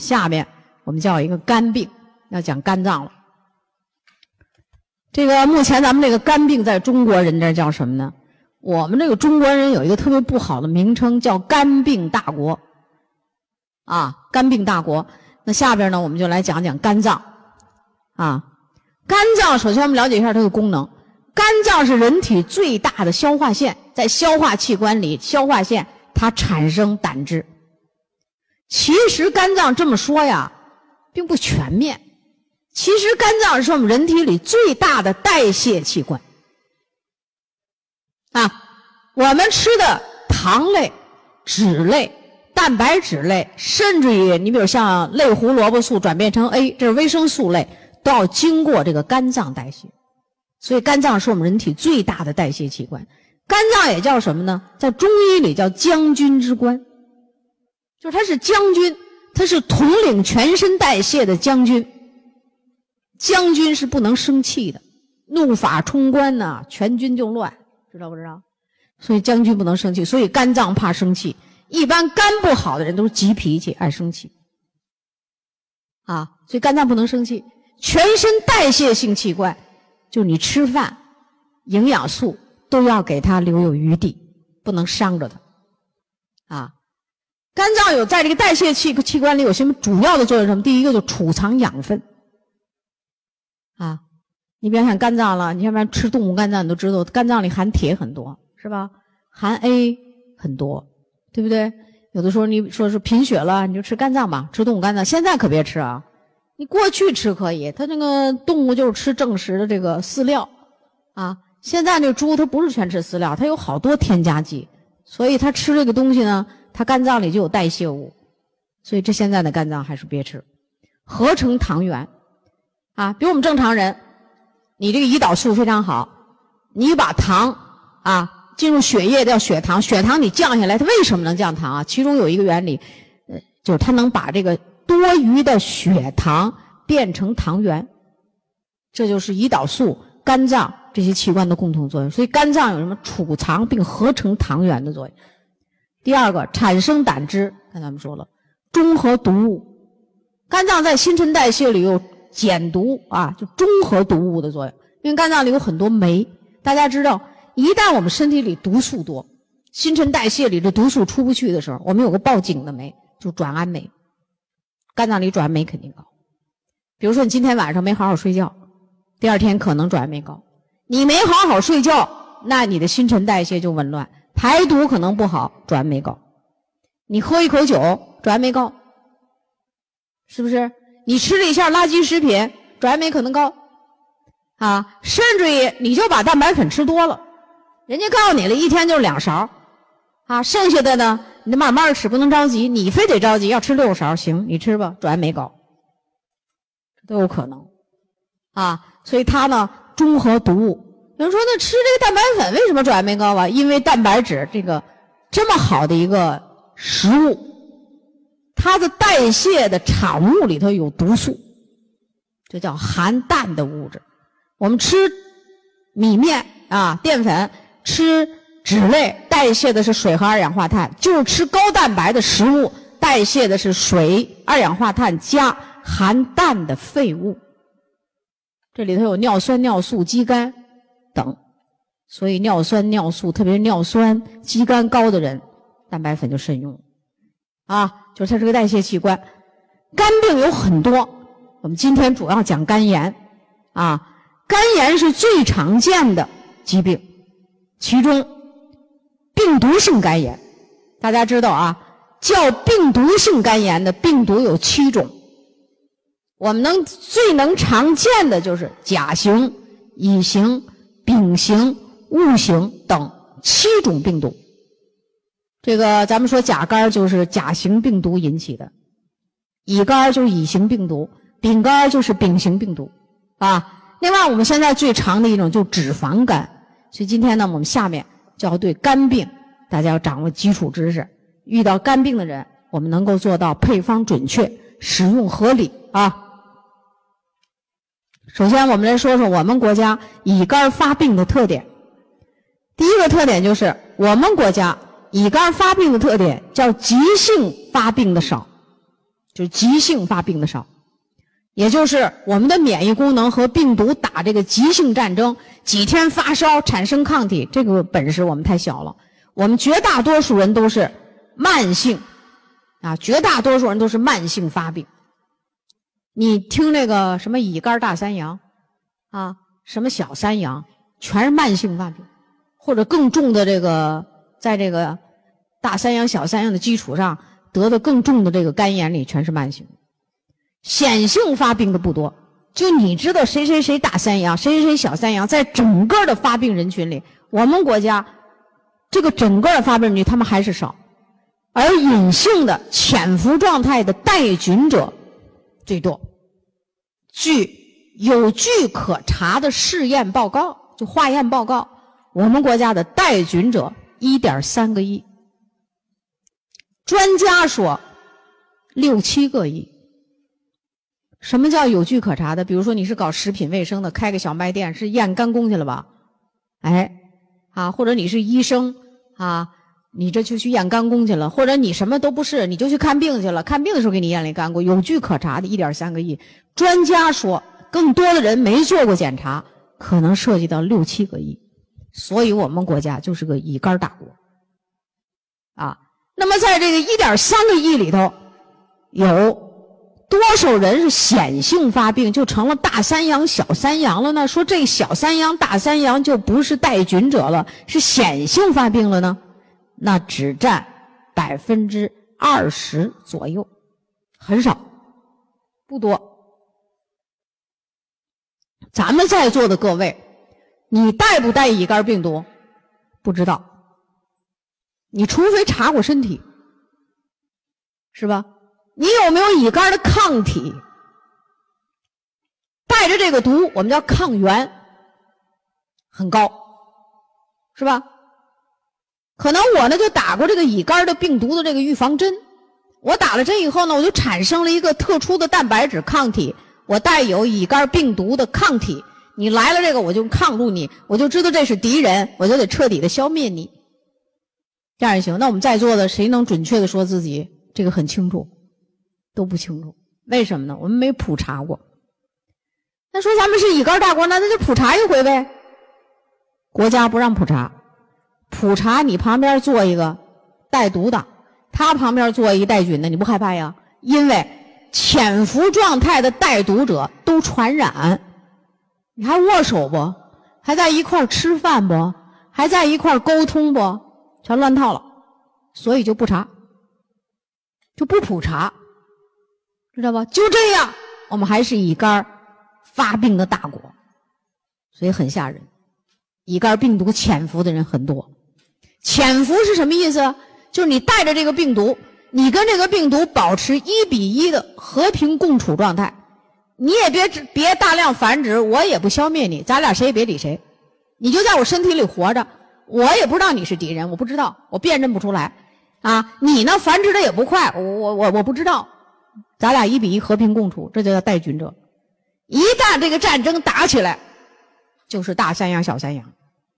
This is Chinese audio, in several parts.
下面我们叫一个肝病，要讲肝脏了。这个目前咱们这个肝病在中国人这叫什么呢？我们这个中国人有一个特别不好的名称，叫肝病大国。肝病大国。那下边呢，我们就来讲讲肝脏。肝脏首先我们了解一下它的功能。肝脏是人体最大的消化腺，在消化器官里，消化腺它产生胆汁。其实肝脏这么说呀，并不全面。其实肝脏是我们人体里最大的代谢器官。我们吃的糖类、脂类、蛋白质类，甚至于你比如像类胡萝卜素转变成 A， 这是维生素类，都要经过这个肝脏代谢。所以肝脏是我们人体最大的代谢器官。肝脏也叫什么呢？在中医里叫将军之官，就是他是将军，他是统领全身代谢的将军。将军是不能生气的，怒发冲冠呐，全军就乱，知道不知道？所以将军不能生气，所以肝脏怕生气。一般肝不好的人都是急脾气，爱生气。所以肝脏不能生气。全身代谢性器官，就你吃饭，营养素都要给它留有余地，不能伤着它。肝脏有在这个代谢器官里有什么主要的作用？什么？第一个就储藏养分。你别想肝脏了，你要不然吃动物肝脏你都知道，肝脏里含铁很多，是吧？含 A 很多，对不对？有的时候你说是贫血了，你就吃肝脏吧，吃动物肝脏。现在可别吃啊，你过去吃可以，它那个动物就是吃正食的这个饲料现在那个猪它不是全吃饲料，它有好多添加剂，所以它吃这个东西呢，它肝脏里就有代谢物，所以这现在的肝脏还是别吃。合成糖原比如我们正常人，你这个胰岛素非常好，你把糖进入血液叫血糖，血糖你降下来，它为什么能降糖其中有一个原理，就是它能把这个多余的血糖变成糖原，这就是胰岛素、肝脏这些器官的共同作用。所以肝脏有什么储藏并合成糖原的作用。第二个，产生胆汁，刚才咱们说了，中和毒物。肝脏在新陈代谢里有减毒就中和毒物的作用，因为肝脏里有很多酶。大家知道，一旦我们身体里毒素多，新陈代谢里的毒素出不去的时候，我们有个报警的酶，就转氨酶。肝脏里转氨酶肯定高。比如说你今天晚上没好好睡觉，第二天可能转氨酶高。你没好好睡觉，那你的新陈代谢就紊乱，排毒可能不好，转氨酶高。你喝一口酒，转氨酶高，是不是？你吃了一下垃圾食品，转氨酶可能高甚至于你就把蛋白粉吃多了，人家告诉你了，一天就是2勺剩下的呢你得慢慢吃，不能着急，你非得着急要吃6勺，行，你吃吧，转氨酶高，都有可能所以它呢中和毒物。有人说那吃这个蛋白粉为什么转氨酶高因为蛋白质这么好的一个食物，它的代谢的产物里头有毒素，这叫含氮的物质。我们吃米面淀粉，吃脂类代谢的是水和二氧化碳，就是吃高蛋白的食物代谢的是水、二氧化碳加含氮的废物。这里头有尿酸、尿素、肌酐等，所以尿酸、尿素，特别是尿酸、肌酐高的人，蛋白粉就慎用就是它是个代谢器官。肝病有很多，我们今天主要讲肝炎肝炎是最常见的疾病，其中病毒性肝炎，大家知道叫病毒性肝炎的病毒有7种，我们最常见的就是甲型、乙型、丙型、戊型等7种病毒。这个咱们说甲肝就是甲型病毒引起的，乙肝就是乙型病毒，丙肝就是丙型病毒另外我们现在最常的一种就是脂肪肝。所以今天呢，我们下面就要对肝病大家要掌握基础知识，遇到肝病的人我们能够做到配方准确，使用合理首先我们来说说我们国家乙肝发病的特点。第一个特点就是我们国家乙肝发病的特点叫急性发病的少， 就是急性发病的少。也就是我们的免疫功能和病毒打这个急性战争，几天发烧产生抗体，这个本事我们太小了。我们绝大多数人都是慢性绝大多数人都是慢性发病。你听那个什么乙肝大三阳什么小三阳，全是慢性发病，或者更重的这个，在这个大三阳小三阳的基础上得的更重的这个肝炎里全是慢性。显性发病的不多，就你知道谁谁谁大三阳，谁谁谁小三阳，在整个的发病人群里，我们国家这个整个的发病人群他们还是少，而隐性的潜伏状态的带菌者最多。有据可查的试验报告，就化验报告，我们国家的带菌者 1.3 个亿，专家说6、7个亿。什么叫有据可查的？比如说你是搞食品卫生的，开个小卖店，是验肝功去了吧？或者你是医生你这就去验肝功去了，或者你什么都不是，你就去看病去了，看病的时候给你验了肝功，有据可查的 1.3 个亿。专家说更多的人没做过检查，可能涉及到6、7个亿。所以我们国家就是个乙肝大国那么在这个 1.3 个亿里头，有多少人是显性发病，就成了大三阳小三阳了呢？说这小三阳大三阳就不是带菌者了，是显性发病了呢？那只占 20% 左右，很少，不多。咱们在座的各位，你带不带乙肝病毒？不知道，你除非查过身体，是吧？你有没有乙肝的抗体？带着这个毒，我们叫抗原，很高，是吧？可能我呢就打过这个乙肝的病毒的这个预防针，我打了针以后呢，我就产生了一个特殊的蛋白质抗体，我带有乙肝病毒的抗体，你来了这个我就抗住你，我就知道这是敌人，我就得彻底的消灭你，这样也行。那我们在座的谁能准确的说自己这个很清楚？都不清楚。为什么呢？我们没普查过。那说咱们是乙肝大国，那就普查一回呗。国家不让普查，普查你旁边做一个带毒的，他旁边做一带菌的，你不害怕呀？因为潜伏状态的带毒者都传染，你还握手不？还在一块吃饭不？还在一块沟通不？全乱套了，所以就不查，就不普查，知道吧？就这样，我们还是乙肝发病的大国，所以很吓人。乙肝病毒潜伏的人很多。潜伏是什么意思？就是你带着这个病毒，你跟这个病毒保持1:1的和平共处状态，你也别大量繁殖，我也不消灭你，咱俩谁也别理谁，你就在我身体里活着，我也不知道你是敌人，我不知道，我辨认不出来你呢繁殖的也不快，我不知道，咱俩1:1和平共处，这就叫带菌者。一旦这个战争打起来，就是大三阳小三阳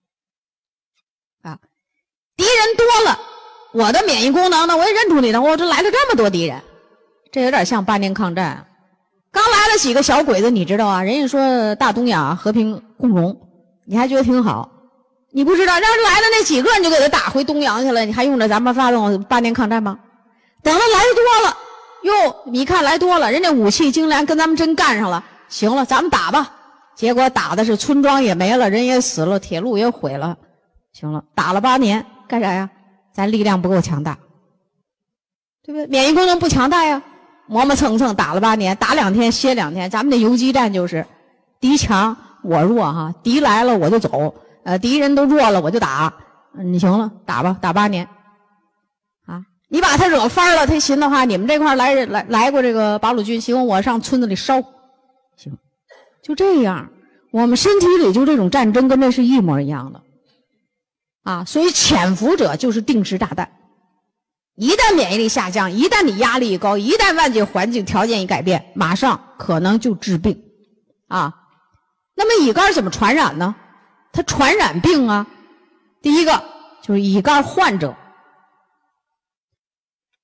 敌人多了，我的免疫功能呢，我也认出你了，我这来了这么多敌人，这有点像8年抗战。刚来了几个小鬼子，你知道啊？人家说大东亚和平共荣，你还觉得挺好，你不知道，让来了那几个你就给他打回东洋去了，你还用着咱们发动8年抗战吗？等他来多了，哟，你看来多了，人家武器精良，跟咱们真干上了，行了，咱们打吧。结果打的是村庄也没了，人也死了，铁路也毁了，行了，打了8年。干啥呀？咱力量不够强大，对不对？免疫功能不强大呀，磨磨蹭蹭打了8年，打2天歇2天。咱们的游击战就是敌强我弱敌来了我就走，敌人都弱了我就打，你行了，打吧，打8年你把他惹翻了，他寻的话，你们这块来过这个八路军，行，我上村子里烧，行，就这样。我们身体里就这种战争跟这是一模一样的。所以潜伏者就是定时炸弹，一旦免疫力下降，一旦你压力一高，一旦外界环境条件一改变，马上可能就致病那么乙肝怎么传染呢？它传染病第一个就是乙肝患者，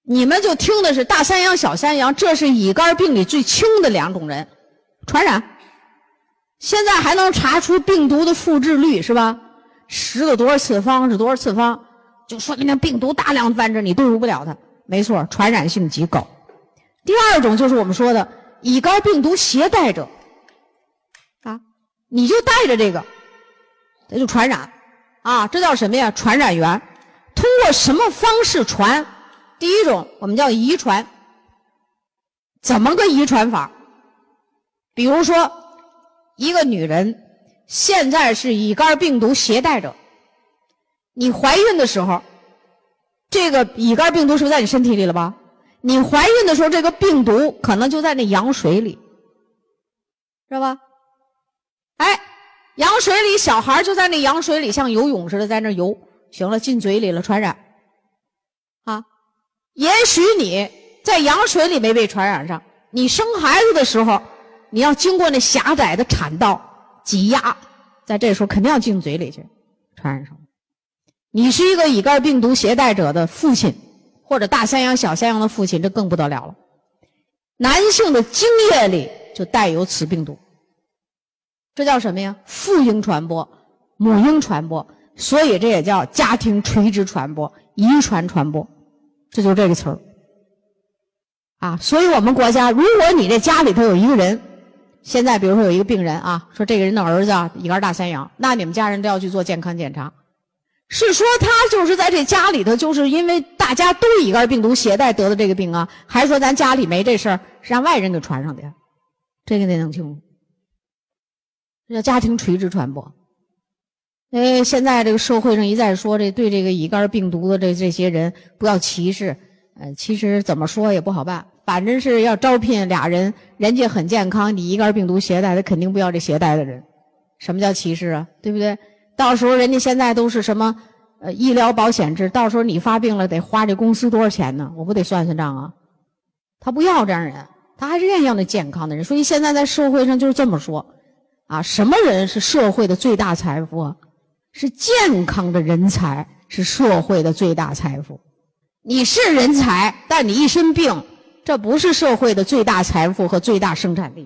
你们就听的是大三阳、小三阳，这是乙肝病里最轻的2种人传染。现在还能查出病毒的复制率是吧？10的多少次方是多少次方，就说明那病毒大量繁殖，你对付不了它。没错，传染性极高。第2种就是我们说的乙肝病毒携带者啊，你就带着这个，它就传染啊，这叫什么呀？传染源。通过什么方式传？第1种我们叫遗传。怎么个遗传法？比如说一个女人现在是乙肝病毒携带者，你怀孕的时候，这个乙肝病毒是不是在你身体里了吧？你怀孕的时候，这个病毒可能就在那羊水里，知道吧？哎，羊水里小孩就在那羊水里像游泳似的在那游，行了，进嘴里了，传染啊。也许你在羊水里没被传染上，你生孩子的时候你要经过那狭窄的产道挤压，在这时候肯定要进嘴里去传染上。你是一个乙肝病毒携带者的父亲，或者大三阳小三阳的父亲，这更不得了了。男性的精液里就带有此病毒，这叫什么呀？父婴传播，母婴传播，所以这也叫家庭垂直传播，遗传传播，这就是这个词儿啊。所以我们国家，如果你这家里头有一个人，现在比如说有一个病人啊，说这个人的儿子啊乙肝大三阳，那你们家人都要去做健康检查。是说他就是在这家里头，就是因为大家都乙肝病毒携带得的这个病啊，还是说咱家里没这事儿，是让外人给传上的呀？这个得弄清楚。这叫家庭垂直传播。现在这个社会上一再说这对这个乙肝病毒的这些人不要歧视，其实怎么说也不好办，反正是要招聘俩人，人家很健康，你乙肝病毒携带，他肯定不要这携带的人。什么叫歧视啊？对不对？到时候人家现在都是什么医疗保险制，到时候你发病了得花这公司多少钱呢？我不得算算账啊。他不要这样人，他还是愿意要那健康的人。所以现在在社会上就是这么说啊，什么人是社会的最大财富啊？是健康的人才是社会的最大财富。你是人才，但你一身病，这不是社会的最大财富和最大生产力。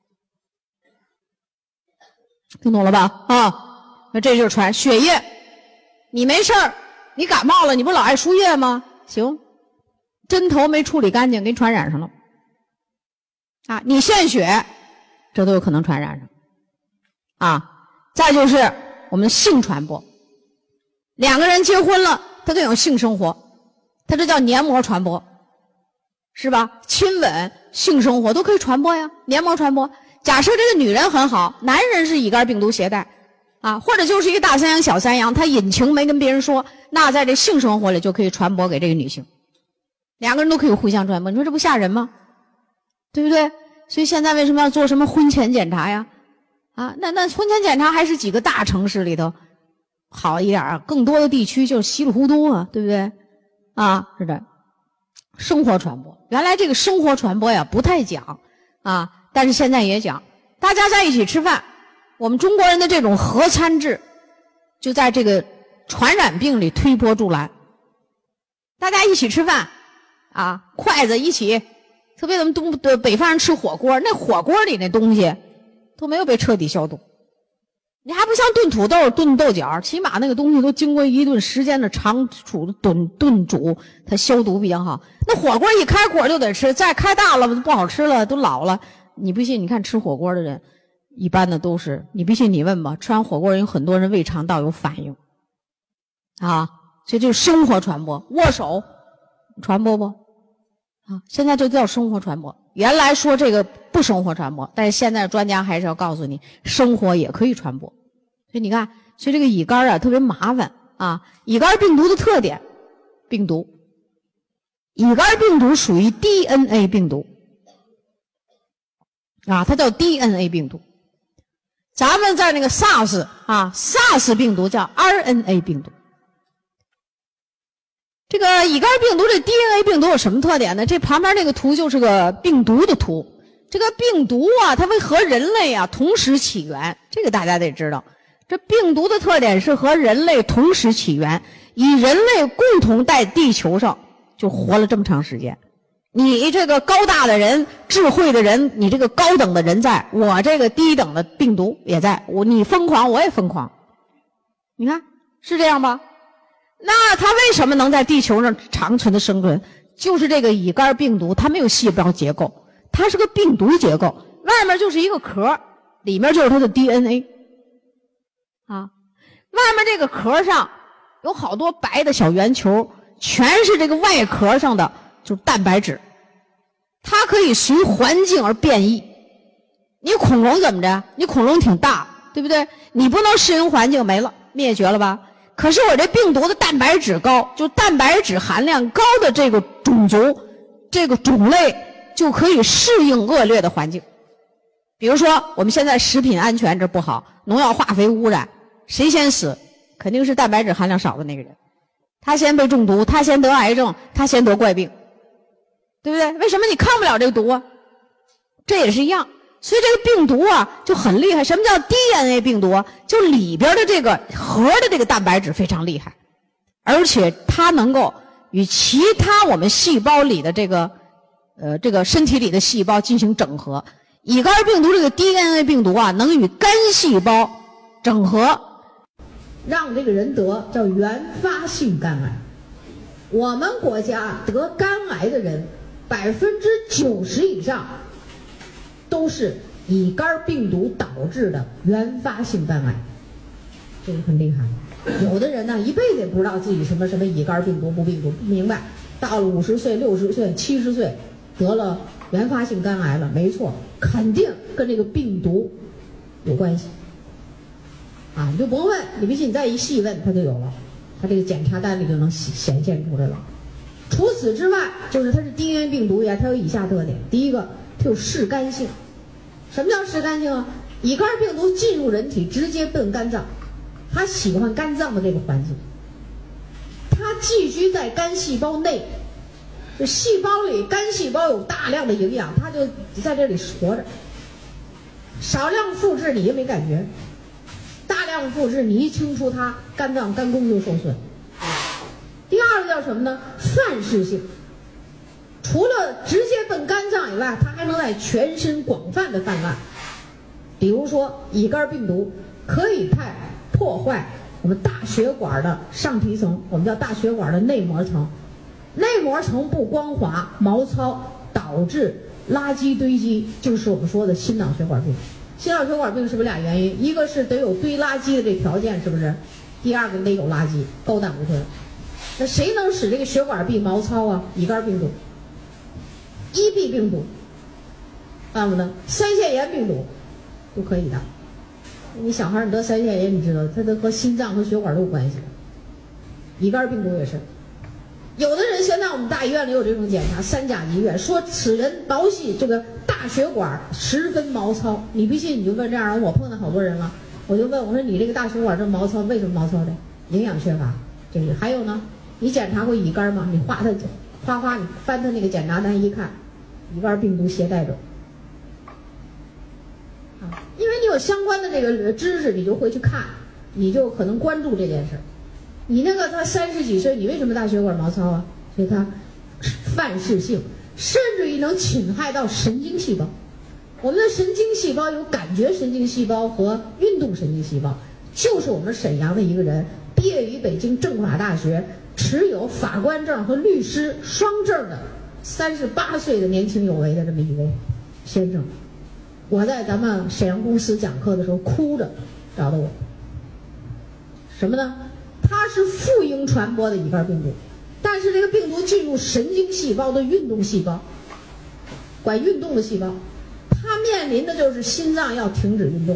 听懂了吧？啊，那这就是传血液。你没事儿，你感冒了，你不老爱输液吗？行，针头没处理干净，给你传染上了。啊，你献血，这都有可能传染上。啊，再就是我们的性传播。2个人结婚了，他都有性生活，他这叫黏膜传播，是吧？亲吻、性生活都可以传播呀，黏膜传播。假设这个女人很好，男人是乙肝病毒携带。啊，或者就是一个大三阳小三阳，他隐情没跟别人说，那在这性生活里就可以传播给这个女性，2个人都可以互相传播，你说这不吓人吗？对不对？所以现在为什么要做什么婚前检查呀？啊，那婚前检查还是几个大城市里头好一点啊，更多的地区就是稀里糊涂啊，对不对？啊，是的，生活传播，原来这个生活传播呀不太讲啊，但是现在也讲，大家在一起吃饭。我们中国人的这种合餐制，就在这个传染病里推波助澜。大家一起吃饭，啊，筷子一起，特别咱们北方人吃火锅，那火锅里那东西都没有被彻底消毒。你还不像炖土豆、炖豆角，起码那个东西都经过一顿时间的长储的炖煮，它消毒比较好。那火锅一开火就得吃，再开大了不好吃了，都老了。你不信？你看吃火锅的人。一般的都是，你不信你问吧，吃完火锅人有很多人胃肠道有反应啊，所以这是生活传播。握手传播不啊？现在就叫生活传播，原来说这个不生活传播，但是现在专家还是要告诉你生活也可以传播。所以你看，所以这个乙肝啊特别麻烦啊。乙肝病毒的特点，病毒乙肝病毒属于 DNA 病毒啊，它叫 DNA 病毒。咱们在那个 SARS 啊 ，SARS 病毒叫 RNA 病毒。这个乙肝病毒这 DNA 病毒有什么特点呢？这旁边那个图就是个病毒的图。这个病毒啊，它会和人类啊同时起源，这个大家得知道。这病毒的特点是和人类同时起源，以人类共同在地球上就活了这么长时间。你这个高大的人、智慧的人，你这个高等的人在，我这个低等的病毒也在，你疯狂我也疯狂。你看是这样吧？那它为什么能在地球上长存的生存？就是这个乙肝病毒，它没有细胞结构，它是个病毒结构，外面就是一个壳，里面就是它的 DNA 啊。外面这个壳上有好多白的小圆球，全是这个外壳上的就是蛋白质，它可以随环境而变异。你恐龙怎么着？你恐龙挺大，对不对？你不能适应环境，没了，灭绝了吧？可是我这病毒的蛋白质高，就蛋白质含量高的这个种族、这个种类就可以适应恶劣的环境。比如说我们现在食品安全这不好，农药化肥污染，谁先死？肯定是蛋白质含量少的那个人，他先被中毒，他先得癌症，他先得怪病，对不对？为什么你抗不了这个毒啊？这也是一样。所以这个病毒啊就很厉害。什么叫 DNA 病毒啊？就里边的这个核的这个蛋白质非常厉害，而且它能够与其他我们细胞里的这个身体里的细胞进行整合。乙肝病毒这个 DNA 病毒啊，能与肝细胞整合，让这个人得叫原发性肝癌。我们国家得肝癌的人90%以上都是乙肝病毒导致的原发性肝癌，这个很厉害。有的人呢，一辈子也不知道自己什么乙肝病毒不明白，到了50岁、60岁、70岁得了原发性肝癌了，没错，肯定跟这个病毒有关系啊！你就甭问，你不信你再一细问，他就有了，他这个检查单里就能显现出来了。除此之外，就是它是 DNA 病毒呀，它有以下特点：第一个，它有嗜肝性。什么叫嗜肝性啊？乙肝病毒进入人体直接奔肝脏，它喜欢肝脏的这个环境，它寄居在肝细胞内。这细胞里，肝细胞有大量的营养，它就在这里活着。少量复制你也没感觉，大量复制你一清除它，肝脏肝功就受损。第二个叫什么呢？泛噬性。除了直接奔肝脏以外，它还能在全身广泛的泛滥。比如说乙肝病毒可以破坏我们大血管的上皮层，我们叫大血管的内膜层。内膜层不光滑毛糙，导致垃圾堆积，就是我们说的心脑血管病。心脑血管病是不是俩原因？一个是得有堆垃圾的这条件，是不是？第二个得有垃圾，高胆固醇。那谁能使这个血管壁毛糙啊？乙肝病毒、EB 病毒，不呢，腮腺炎病毒都可以的。你小孩你得腮腺炎，你知道它都和心脏和血管都有关系的。乙肝病毒也是。有的人现在我们大医院里有这种检查，3甲医院说此人毛细这个大血管十分毛糙，你不信你就问这样人，我碰到好多人了，我就问我说你这个大血管这毛糙，为什么毛糙的？营养缺乏，这个还有呢，你检查过乙肝吗？你你翻他那个检查单一看，乙肝病毒携带者啊，因为你有相关的这个知识，你就会去看，你就可能关注这件事。你那个他30几岁，你为什么大血管毛糙啊？所以他泛噬性，甚至于能侵害到神经细胞。我们的神经细胞有感觉神经细胞和运动神经细胞。就是我们沈阳的一个人，毕业于北京政法大学，持有法官证和律师双证的38岁的年轻有为的这么一位先生。我在咱们沈阳公司讲课的时候，哭着找到我。什么呢？它是副应传播的乙肝病毒，但是这个病毒进入神经细胞的运动细胞，管运动的细胞，它面临的就是心脏要停止运动，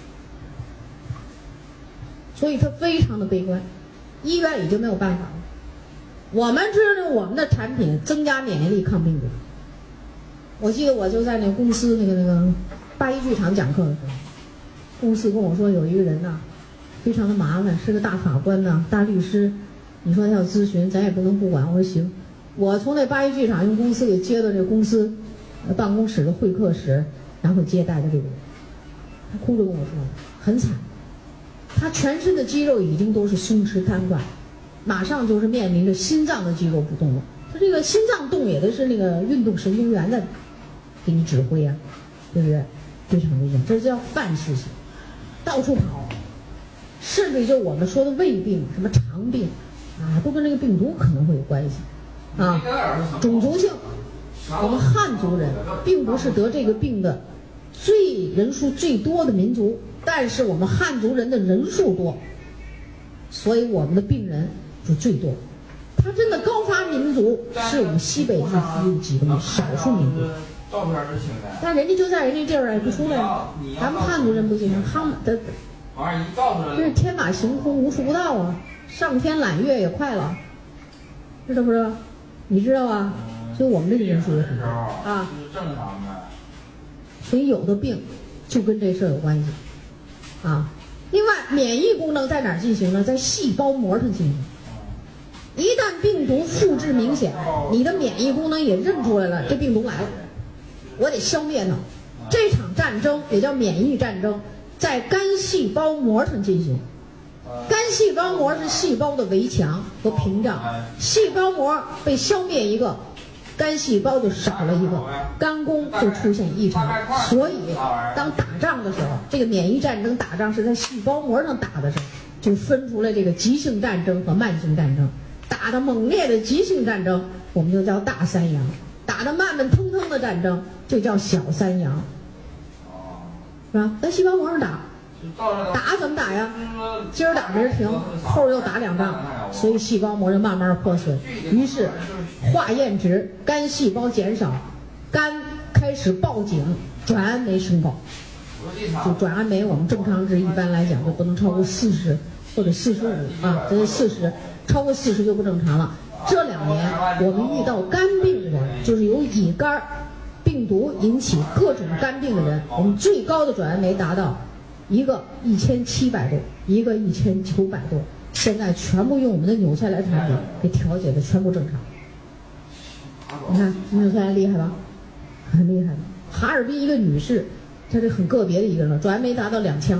所以它非常的悲观，医院已经没有办法了。我们知道我们的产品增加免疫力抗病毒。我记得我就在那个公司那个八一剧场讲课的时候，公司跟我说有一个人呐，非常的麻烦，是个大法官呐，大律师，你说他要咨询，咱也不能不管。我说行，我从那八一剧场用公司给接到这公司办公室的会客室，然后接待的这个人，他哭着跟我说，很惨，他全身的肌肉已经都是松弛瘫痪，马上就是面临着心脏的肌肉不动了， 他这个心脏动也得是那个运动神经元在给你指挥啊，对不对？非常危险，这叫范式型，到处跑，甚至就我们说的胃病、什么肠病啊，都跟这个病毒可能会有关系啊。种族性，我们汉族人并不是得这个病的人数最多的民族，但是我们汉族人的人数多，所以我们的病人就最多。他真的高发民族是我们西北地区几个少数民族，但人家就在人家地儿不出来，咱们汉族人不行，这是天马行空，无处不到啊，上天揽月也快了，知道不知道？你知道啊？所以我们这个人数也很多啊，所以有的病就跟这事儿有关系啊。另外，免疫功能在哪儿进行呢？在细胞膜上进行。一旦病毒复制明显，你的免疫功能也认出来了，这病毒来了，我得消灭它。这场战争也叫免疫战争，在肝细胞膜上进行。肝细胞膜是细胞的围墙和屏障，细胞膜被消灭一个，肝细胞就少了一个，肝功就出现异常。所以当打仗的时候，这个免疫战争打仗是在细胞膜上打的时候，就分出来这个急性战争和慢性战争。打得猛烈的急性战争我们就叫大三阳，打得慢慢腾腾的战争就叫小三阳，是吧？在细胞膜上打怎么打呀？今儿打明儿停，后儿又打2仗，所以细胞膜就慢慢破损，于是化验值，肝细胞减少，肝开始报警，转氨酶升高。就转氨酶我们正常值一般来讲就不能超过40或者45啊，这是40，超过40就不正常了。这2年我们遇到肝病的人，就是由乙肝病毒引起各种肝病的人，我们最高的转氨酶达到一个1700多，一个1900多，现在全部用我们的纽崔莱产品给调节的全部正常。你看纽崔莱厉害吧？很厉害的。哈尔滨一个女士，她是很个别的一个人了，转氨酶达到2200。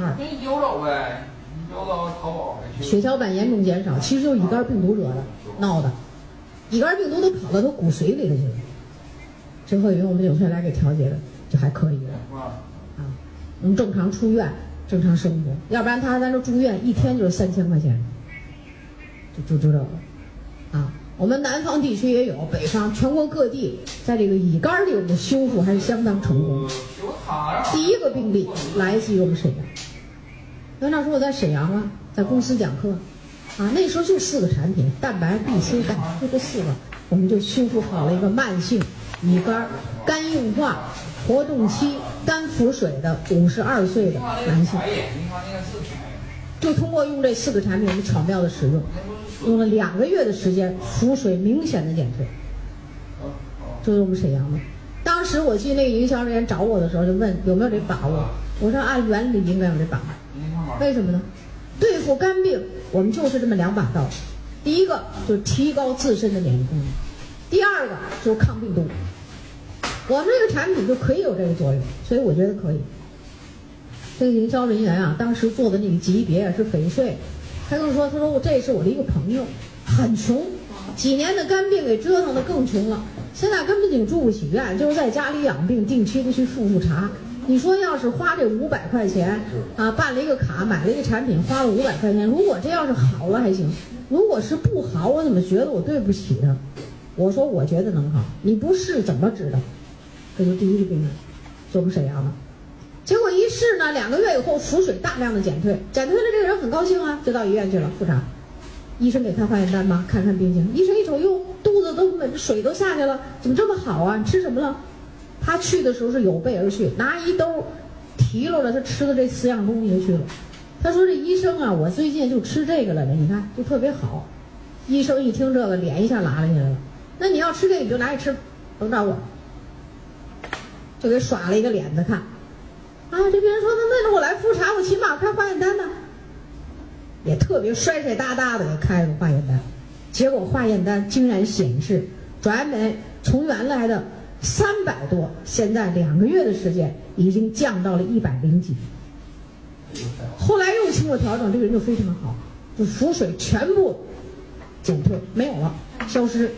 血小板严重减少，其实就是乙肝病毒惹的，闹的。乙肝病毒都跑到他骨髓里头去了，之后用我们纽崔莱给调节的，就还可以了。啊，我们正常出院，正常生活，要不然他在这住院1天就是3000块钱，就知道了。啊，我们南方地区也有，北方全国各地，在这个乙肝里我们的修复还是相当成功。第一个病例来自于我们沈阳。那时候我在沈阳啊，在公司讲课，啊，那时候就4个产品，蛋白、B、C、钙，就这4个，我们就修复好了一个慢性乙肝、肝硬化、活动期肝腹水的52岁的男性，就通过用这4个产品，我们巧妙的使用，用了2个月的时间，腹水明显的减退，就是我们沈阳的。当时我去那个营销人员找我的时候，就问有没有这把握，我说按原理应该有这把握。为什么呢？对付肝病，我们就是这么2把刀。第一个就是提高自身的免疫功能，第二个就是抗病毒。我们这个产品就可以有这个作用，所以我觉得可以。这个营销人员啊，当时做的那个级别是翡翠，他跟我说，他说这是我的一个朋友，很穷，几年的肝病给折腾的更穷了，现在根本就住不起院，就是在家里养病，定期的去复查。你说要是花这500块钱啊，办了一个卡，买了一个产品，花了500块钱，如果这要是好了还行，如果是不好，我怎么觉得我对不起他？我说我觉得能好，你不试怎么知道？这就第一个病人，就我们沈阳的。结果一试呢，2个月以后腹水大量的减退，减退了这个人很高兴啊，就到医院去了复查。医生给他化验单吧，看看病情。医生一瞅，哟，肚子都水都下去了，怎么这么好啊？你吃什么了？他去的时候是有备而去，拿一兜提溜着他吃的这4样东西就去了。他说：“这医生啊，我最近就吃这个了，你看就特别好。”医生一听这个，脸一下拉了下来了。那你要吃这个，你就拿去吃，甭找我。就给耍了一个脸子看。啊，这病人说：“那我来复查，我起码开化验单呢。”也特别帅帅哒哒的给开了个化验单，结果化验单竟然显示转氨酶从原来的300多，现在2个月的时间已经降到了100几。后来又经过调整，这个人就非常好，就腹水全部减退，没有了，消失，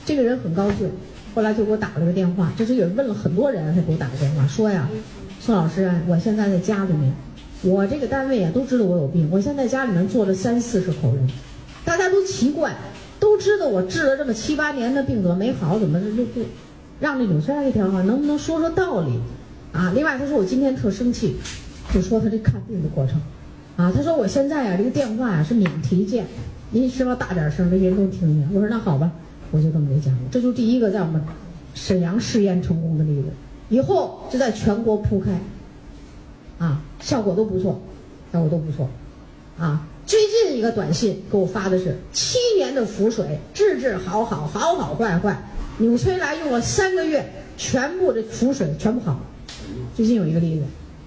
这个人很高兴，后来就给我打了个电话，就是也问了很多人，才给我打个电话，说呀，宋老师啊，我现在在家里面，我这个单位啊都知道我有病，我现在家里面坐了30-40口人，大家都奇怪，都知道我治了这么7、8年的病怎么没好，怎么就让这纽崔莱给调好，能不能说说道理啊？另外他说我今天特生气，就说他这看病的过程啊，他说我现在啊这个电话啊是免提键，您是不是大点声，别人都听见？我说那好吧，我就这么给讲了，这就是第一个在我们沈阳试验成功的例子，以后就在全国铺开，啊，效果都不错，效果都不错，啊，最近一个短信给我发的是7年的浮水，治好坏，纽崔莱用了3个月，全部这浮水全部好了。最近有一个例子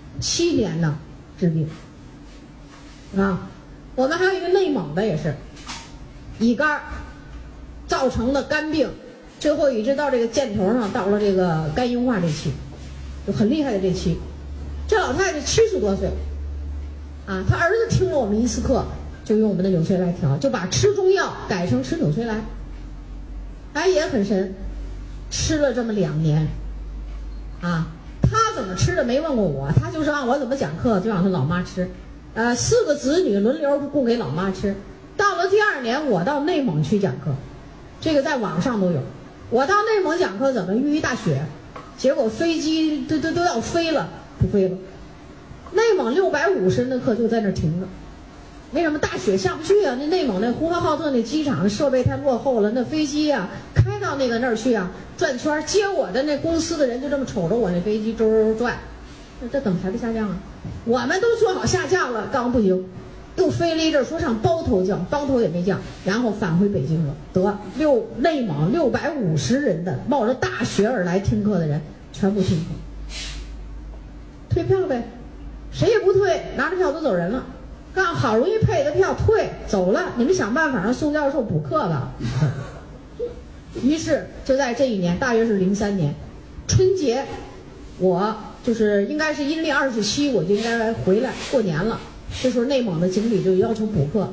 ，7年呢治病，啊，我们还有一个内蒙的也是，乙肝造成的肝病，最后一直到这个箭头上，到了这个肝硬化这期，就很厉害的这期。这老太太70多岁，啊，她儿子听了我们伊斯克，就用我们的纽崔莱调，就把吃中药改成吃纽崔莱，哎，也很神，吃了这么2年，啊，他怎么吃的没问过我，他就是让我怎么讲课就让他老妈吃，4个子女轮流供给老妈吃。到了第2年，我到内蒙去讲课，这个在网上都有。我到内蒙讲课怎么遇一大雪，结果飞机都要飞了，不飞了。内蒙650人的课就在那儿停着，为什么？大雪下不去啊！那内蒙那呼和浩特那机场设备太落后了，那飞机啊开到那儿去啊，转圈接我的那公司的人就这么瞅着我那飞机周转，这怎么还不下降啊？我们都说好下降了，刚不行，又飞了一阵，说上包头降，包头也没降，然后返回北京了。得内蒙650人的冒着大雪而来听课的人全部听课，退票呗，谁也不退，拿着票都走人了。刚好容易配的票退走了，你们想办法让宋教授补课吧。于是就在这一年，大约是03年春节，我就是应该是阴历27，我就应该回来过年了。这时候内蒙的经理就要求补课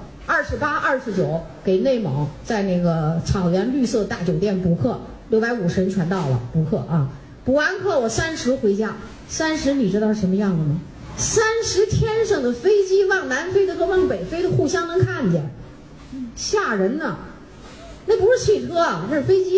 ，28、29给内蒙在那个草原绿色大酒店补课，650人全到了补课啊。补完课我30回家，30你知道是什么样子吗？30天上的飞机往南飞的和往北飞的互相能看见，吓人呢。那不是汽车啊，那是飞机。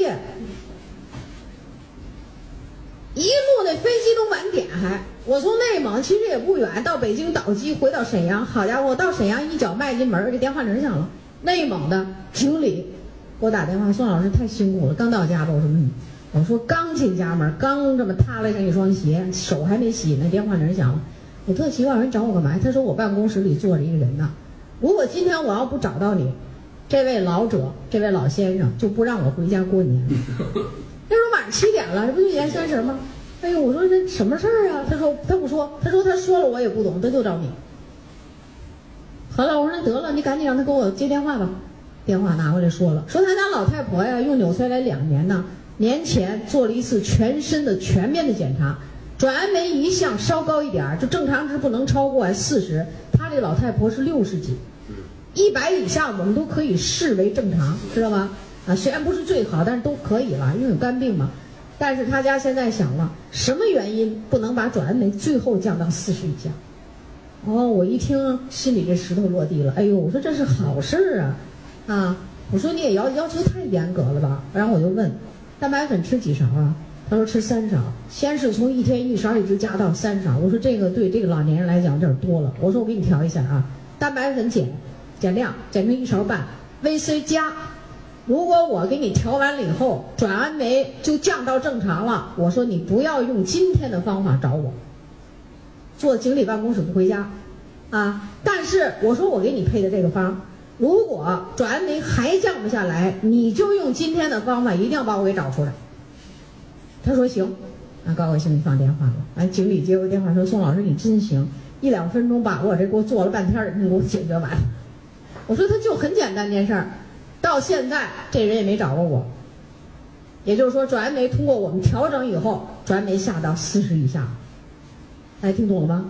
一路那飞机都晚点还。我从内蒙其实也不远，到北京倒机回到沈阳，好家伙，到沈阳一脚迈进门，这电话铃响了。内蒙的经理给我打电话，宋老师太辛苦了，刚到家吧？我说刚进家门，刚这么踏了上一双鞋，手还没洗呢，电话铃响了。我特奇怪，人找我干嘛？他说我办公室里坐着一个人呢。如果今天我要不找到你，这位老者，这位老先生就不让我回家过年。那时候晚上7点了，这不就年30吗？哎呦，我说这什么事儿啊？他说他不说，他说了我也不懂，他就找你。后来我说那得了，你赶紧让他给我接电话吧。电话拿过来说了，说他家老太婆呀用纽崔莱2年呢，年前做了一次全身的全面的检查。转氨酶一项稍高一点，就正常值不能超过40，他这老太婆是60几，100以下我们都可以视为正常，知道吧？啊，虽然不是最好，但是都可以了，因为有肝病嘛。但是他家现在想了，什么原因不能把转氨酶最后降到40以下？哦，我一听心里这石头落地了，哎呦，我说这是好事啊，啊，我说你也要求太严格了吧？然后我就问，蛋白粉吃几勺啊？他说吃3勺，先是从1天1勺一直加到3勺。我说这个对这个老年人来讲有点多了。我说我给你调一下啊，蛋白粉减量，减成1勺半 ，VC 加。如果我给你调完了以后，转氨酶就降到正常了，我说你不要用今天的方法找我，坐经理办公室不回家，啊！但是我说我给你配的这个方，如果转氨酶还降不下来，你就用今天的方法，一定要把我给找出来。他说行，高高兴兴放电话了。完，经理接过电话说：“宋老师，你真行，1、2分钟把我这给我做了半天，你给我解决完。”我说他就很简单件事儿，到现在这人也没找过我。也就是说，转氨酶通过我们调整以后，转氨酶下到40以下。大家听懂了吗？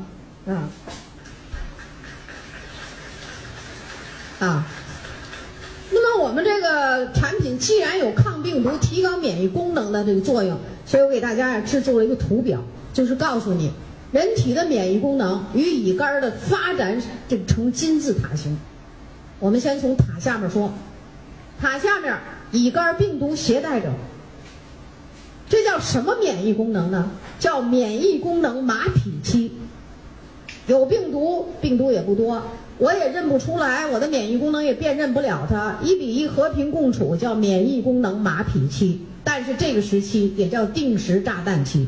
那么我我们这个产品既然有抗病毒、提高免疫功能的这个作用，所以我给大家制作了一个图表，就是告诉你人体的免疫功能与乙肝的发展这个呈金字塔形。我们先从塔下面说，塔下面乙肝病毒携带者，这叫什么免疫功能呢？叫免疫功能马匹期。有病毒，病毒也不多，我也认不出来，我的免疫功能也辨认不了它，1比1和平共处，叫免疫功能马匹期。但是这个时期也叫定时炸弹期。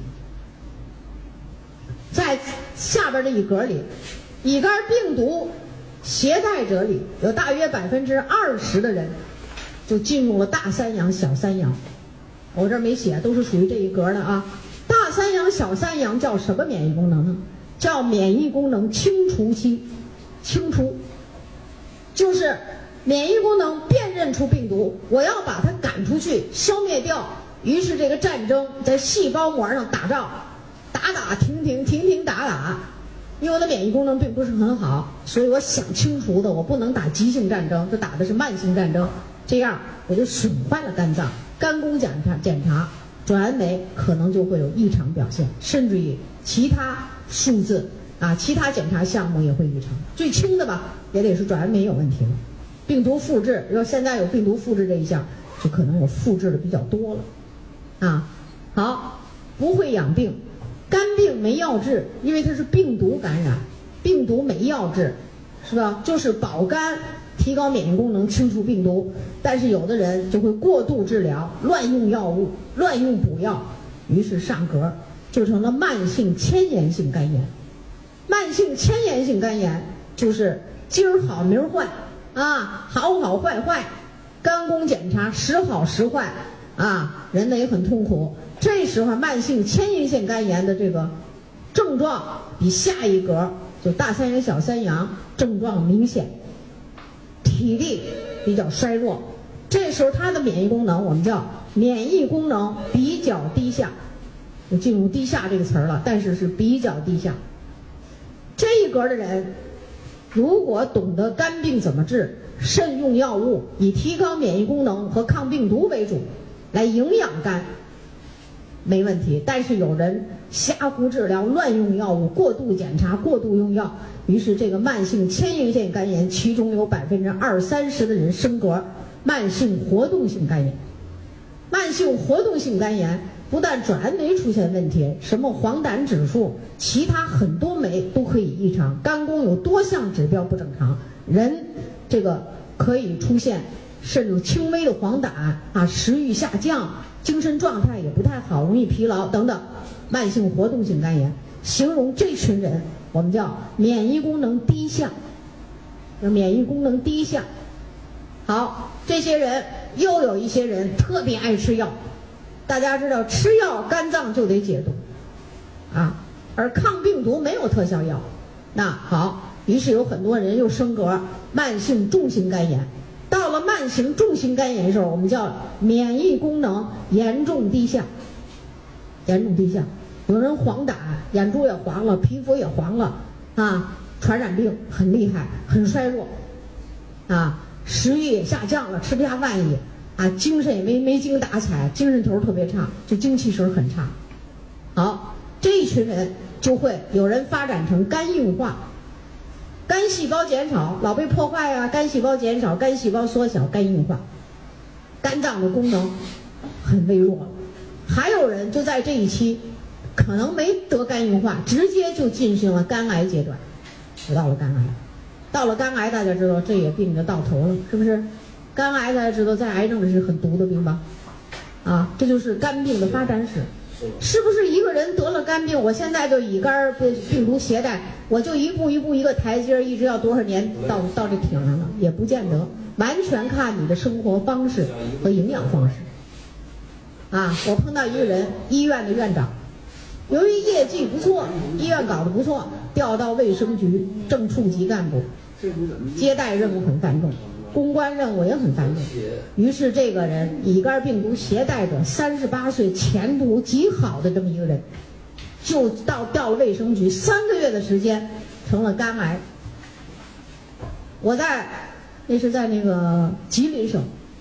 在下边这一格里，乙肝病毒携带者里有大约20%的人就进入了大三阳、小三阳。我这儿没写，都是属于这一格的啊。大三阳、小三阳叫什么免疫功能呢？叫免疫功能清除期。清除就是免疫功能辨认出病毒，我要把它赶出去，消灭掉。于是这个战争在细胞膜上打仗，打打停停，停停打打。因为我的免疫功能并不是很好，所以我想清除的，我不能打急性战争，这打的是慢性战争，这样我就损坏了肝脏。肝功检查转酶可能就会有异常表现，甚至于其他数字啊，其他检查项目也会异常。最轻的吧，也得是转酶有问题了。病毒复制，要现在有病毒复制这一项，就可能有复制的比较多了。啊，好，不会养病，肝病没药治，因为它是病毒感染，病毒没药治，是吧？就是保肝，提高免疫功能，清除病毒。但是有的人就会过度治疗，乱用药物，乱用补药，于是上格就成了慢性迁延性肝炎。慢性迁延性肝炎就是今儿好明儿坏啊，好好坏坏，肝功检查时好时坏啊，人呢也很痛苦。这时候慢性迁延性肝炎的这个症状比下一格就大三阳、小三阳症状明显，体力比较衰弱。这时候他的免疫功能我们叫免疫功能比较低下，就进入低下这个词儿了，但是是比较低下。这一格的人如果懂得肝病怎么治，慎用药物，以提高免疫功能和抗病毒为主来营养肝，没问题。但是有人瞎胡治疗，乱用药物，过度检查，过度用药，于是这个慢性迁延性肝炎其中有20-30%的人升格慢性活动性肝炎。慢性活动性肝炎不但转酶出现问题，什么黄疸指数，其他很多酶都可以异常，肝功有多项指标不正常，人这个可以出现甚至轻微的黄疸啊，食欲下降，精神状态也不太好，容易疲劳等等。慢性活动性肝炎形容这群人我们叫免疫功能低下，免疫功能低下。好，这些人又有一些人特别爱吃药。大家知道吃药肝脏就得解毒啊，而抗病毒没有特效药。那好，于是有很多人又升格慢性重型肝炎。到了慢性重型肝炎的时候，我们叫免疫功能严重低下。严重低下，有人黄疸，眼珠也黄了，皮肤也黄了啊，传染病很厉害，很衰弱啊，食欲也下降了，吃不下饭也啊，精神也没精打采，精神头特别差，就精气神很差。好，这一群人就会有人发展成肝硬化，肝细胞减少，老被破坏啊，肝细胞减少，肝细胞缩小，肝硬化，肝脏的功能很微弱。还有人就在这一期可能没得肝硬化，直接就进行了肝癌阶段，就到了肝癌。到了肝癌，大家知道这也病就到头了，是不是？肝癌大家知道在癌症里是很毒的病吧？啊，这就是肝病的发展史。是不是一个人得了肝病，我现在就乙肝病毒携带，我就一步一个台阶，一直要多少年到这顶上了？也不见得，完全看你的生活方式和营养方式。啊，我碰到一个人，医院的院长，由于业绩不错，医院搞得不错，调到卫生局正处级干部，接待任务很繁重，公关任务也很繁重。于是这个人乙肝病毒携带者，38岁，前途极好的这么一个人，就调了卫生局3个月的时间，成了肝癌。那是在那个吉林省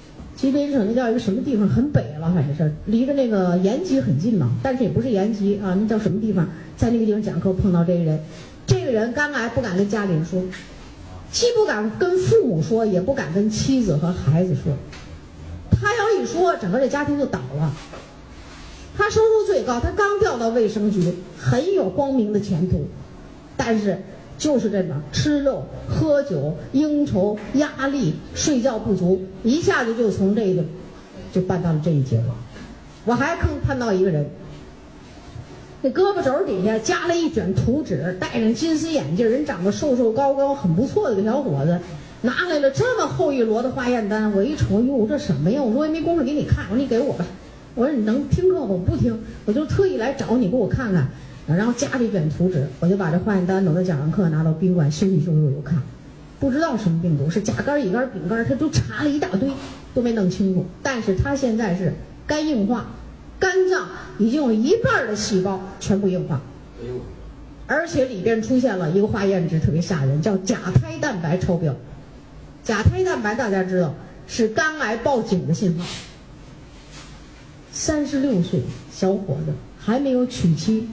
吉林省那叫一个什么地方，很北了，反正是离着那个延吉很近嘛，但是也不是延吉啊，那叫什么地方？在那个地方讲课碰到这个人，这个人肝癌不敢跟家里人说，既不敢跟父母说，也不敢跟妻子和孩子说。他要一说，整个这家庭就倒了。他收入最高，他刚调到卫生局，很有光明的前途，但是就是这么吃肉、喝酒、应酬、压力、睡觉不足，一下子就从这个就办到了这一结果。我还看到一个人，那胳膊肘底下夹了一卷图纸，戴上金丝眼镜，人长得瘦瘦高高，很不错的个小伙子，拿来了这么厚一摞的化验单。我一瞅，哟，这什么呀？我说我也没工夫给你看，我说你给我吧。我说你能听课吗？我不听，我就特意来找你给我看看。然后夹着一卷图纸，我就把这化验单等他讲完课拿到宾馆休息我又看，不知道什么病毒，是甲肝、乙肝、丙肝，他都查了一大堆，都没弄清楚。但是他现在是肝硬化，肝脏已经有一半的细胞全部硬化，而且里边出现了一个化验值特别吓人，叫甲胎蛋白超标。甲胎蛋白大家知道是肝癌报警的信号。36岁小伙子还没有娶妻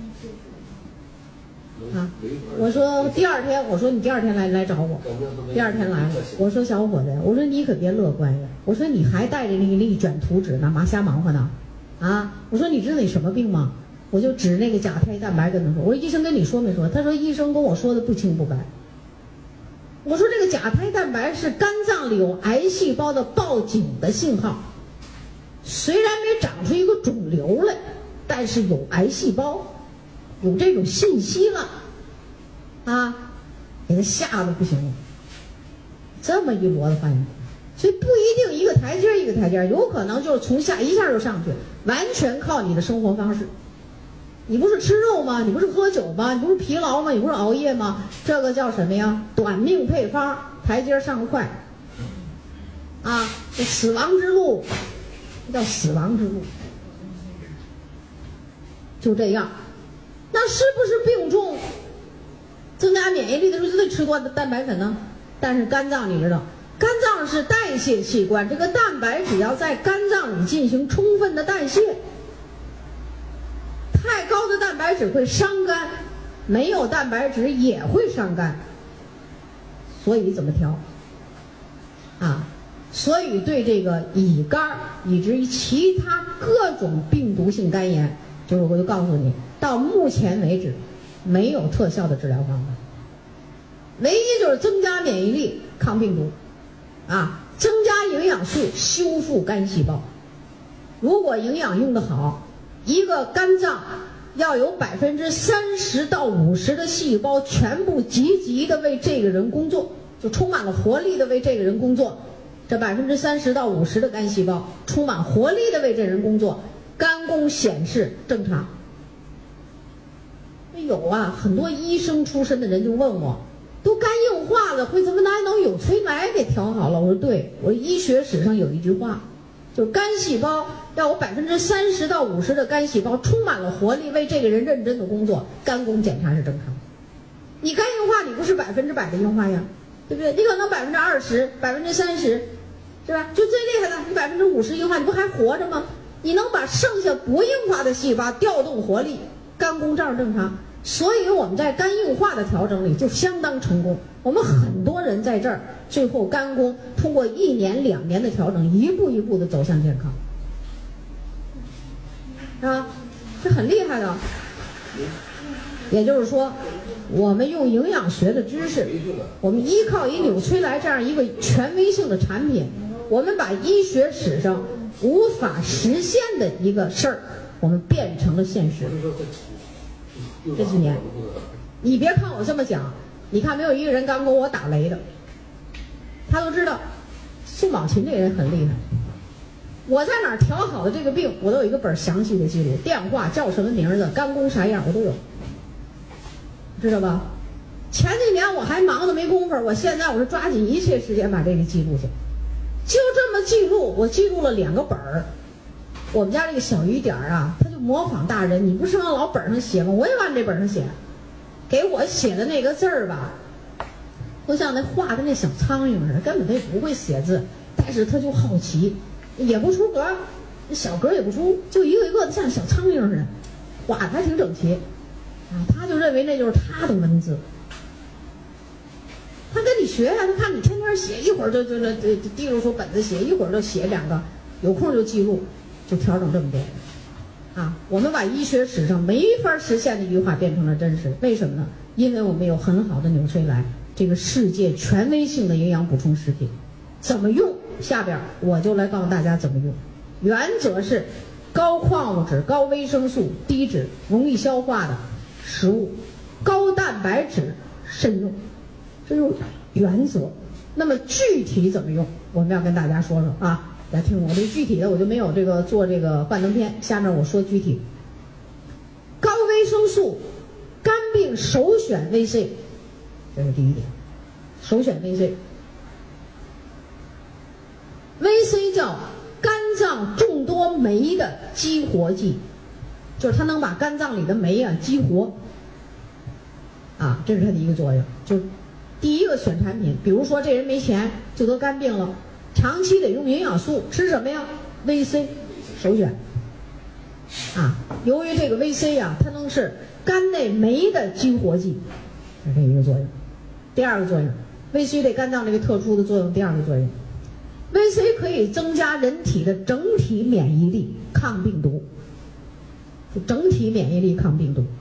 啊！我说第二天，我说你第二天来找我，第二天来了。我说小伙子，我说你可别乐观呀！我说你还带着那一卷图纸呢，瞎忙活呢，啊！我说你知道你什么病吗？我就指那个甲胎蛋白跟他说，我说医生跟你说没说？他说医生跟我说的不清不白。我说这个甲胎蛋白是肝脏里有癌细胞的报警的信号。虽然没长出一个肿瘤来，但是有癌细胞，有这种信息了，啊，给他吓得不行了。这么一摞子化验单，所以不一定一个台阶一个台阶，有可能就是从下一下就上去，完全靠你的生活方式。你不是吃肉吗？你不是喝酒吗？你不是疲劳吗？你不是熬夜吗？这个叫什么呀？短命配方，台阶上快。啊，这死亡之路。叫死亡之路，就这样。那是不是病重增加免疫力的时候就得吃多的蛋白粉呢？但是肝脏你知道，肝脏是代谢器官，这个蛋白只要在肝脏里进行充分的代谢，太高的蛋白质会伤肝，没有蛋白质也会伤肝。所以怎么调啊？所以对这个乙肝以至于其他各种病毒性肝炎，就是我就告诉你，到目前为止没有特效的治疗方法，唯一就是增加免疫力抗病毒，啊，增加营养素修复肝细胞。如果营养用得好，一个肝脏要有30%到50%的细胞全部积极的为这个人工作，就充满了活力的为这个人工作。这30%到50%的肝细胞充满活力的为这人工作，肝功显示正常。有啊，很多医生出身的人就问我，都肝硬化了，会怎么能有催癌给调好了？我说对，我医学史上有一句话，就是肝细胞要有30%到50%的肝细胞充满了活力为这个人认真的工作，肝功检查是正常。你肝硬化，你不是100%的硬化呀，对不对？你可能20%、30%。是吧？就最厉害的，你50%硬化，你不还活着吗？你能把剩下不硬化的细胞调动活力，肝功照样正常。所以我们在肝硬化的调整里就相当成功。我们很多人在这儿，最后肝功通过1年2年的调整，一步一步的走向健康，啊，这很厉害的。也就是说，我们用营养学的知识，我们依靠以纽崔莱这样一个权威性的产品。我们把医学史上无法实现的一个事儿，我们变成了现实。这几年，你别看我这么讲，你看没有一个人敢跟我打雷的，他都知道宋宝琴这个人很厉害。我在哪儿调好的这个病，我都有一个本详细的记录，电话叫什么名的，肝功啥样我都有，知道吧？前几年我还忙得没工夫，我现在我是抓紧一切时间把这个记录下。就这么记录，我记录了2个本儿。我们家这个小雨点啊，他就模仿大人，你不是往老本上写吗？我也往这本上写。给我写的那个字儿吧，都像那画的那小苍蝇似的，根本他也不会写字，但是他就好奇， 也不出格，小格也不出，就一个一个的像小苍蝇似的，画的还挺整齐啊。他就认为那就是他的文字。他跟你学呀、他看你天天写，一会儿就提溜出本子写，一会儿就写2个，有空就记录，就调整这么多。啊，我们把医学史上没法实现的一句话变成了真实，为什么呢？因为我们有很好的纽崔莱这个世界权威性的营养补充食品，怎么用？下边我就来告诉大家怎么用。原则是高矿物质、高维生素、低脂、容易消化的食物，高蛋白质慎用，这就是原则。那么具体怎么用，我们要跟大家说说啊。来听我这具体的，我就没有这个做这个幻灯片。下面我说具体。高维生素，肝病首选 VC， 这是第一点，首选 VC。VC 叫肝脏众多酶的激活剂，就是它能把肝脏里的酶啊激活。啊，这是它的一个作用。就第一个选产品，比如说这人没钱就得肝病了。长期得用营养素，吃什么呀 ？VC 首选。啊，由于这个 VC 呀、它能是肝内酶的激活剂，这是一个作用。第二个作用 ，VC 对肝脏这个特殊的作用。第二个作用 ，VC 可以增加人体的整体免疫力，抗病毒。整体免疫力抗病毒，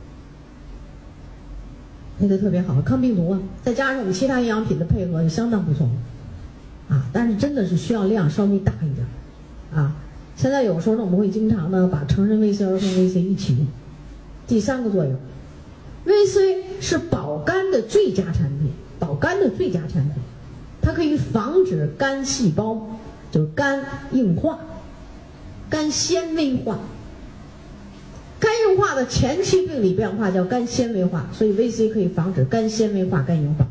配得特别好，抗病毒啊！再加上我们其他营养品的配合，就相当不错。啊，但是真的是需要量稍微大一点，啊，现在有时候呢，我们会经常呢把成人 VC、儿童 VC 一起用。第三个作用 ，VC 是保肝的最佳产品，保肝的最佳产品，它可以防止肝细胞就是肝硬化、肝纤维化。肝硬化的前期病理变化叫肝纤维化，所以 VC 可以防止肝纤维化、肝硬化。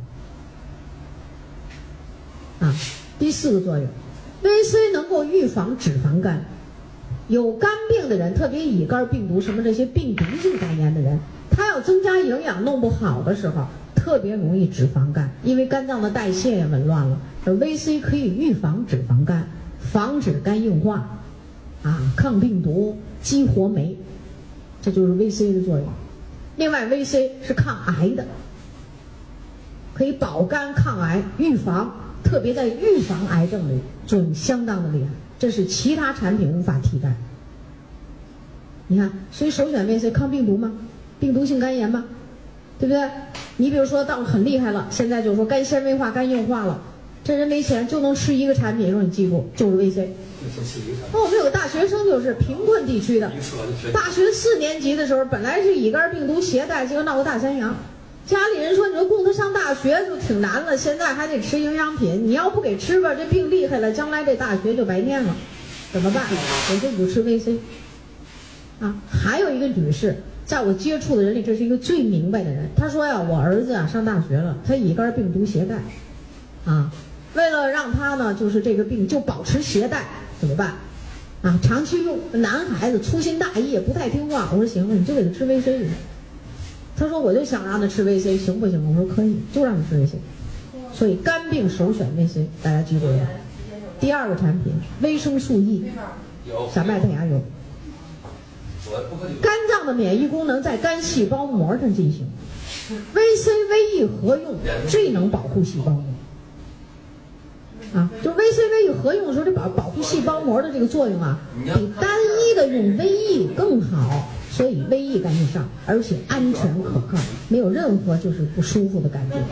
啊。第四个作用 ，VC 能够预防脂肪肝。有肝病的人，特别乙肝病毒什么这些病毒性肝炎的人，他要增加营养弄不好的时候，特别容易脂肪肝，因为肝脏的代谢也紊乱了。而 VC 可以预防脂肪肝，防止肝硬化，啊，抗病毒，激活酶，这就是 VC 的作用。另外 ，VC 是抗癌的，可以保肝抗癌，预防。特别在预防癌症里作用相当的厉害，这是其他产品无法替代。你看，所以首选 VC 抗病毒吗？病毒性肝炎吗？对不对？你比如说到很厉害了，现在就是说肝纤维化、肝硬化了，这人没钱就能吃一个产品，说你记住就是 VC。我们有个大学生就是贫困地区的，大学4年级的时候，本来是乙肝病毒携带，结果闹个大三阳。家里人说：“你说供他上大学就挺难了，现在还得吃营养品。你要不给吃吧，这病厉害了，将来这大学就白念了，怎么办？我就不吃 VC。”啊，还有一个女士，在我接触的人里，这是一个最明白的人。她说呀：“我儿子啊上大学了，他乙肝病毒携带，啊，为了让他呢就是这个病就保持携带，怎么办？啊，长期用，男孩子粗心大意也不太听话。我说行了，你就给他吃 VC。”他说：“我就想让他吃 VC， 行不行？”我说：“可以，就让他吃 VC。”所以肝病首选 VC， 大家记住了。第二个产品维生素 E， 小麦胚芽油。肝脏的免疫功能在肝细胞膜上进行 ，VC、VE 合用最能保护细胞膜。啊，就 VC、VE 合用的时候，这保护细胞膜的这个作用啊，比单一的用 VE 更好。所以 VE 赶紧上，而且安全可靠，没有任何就是不舒服的感觉。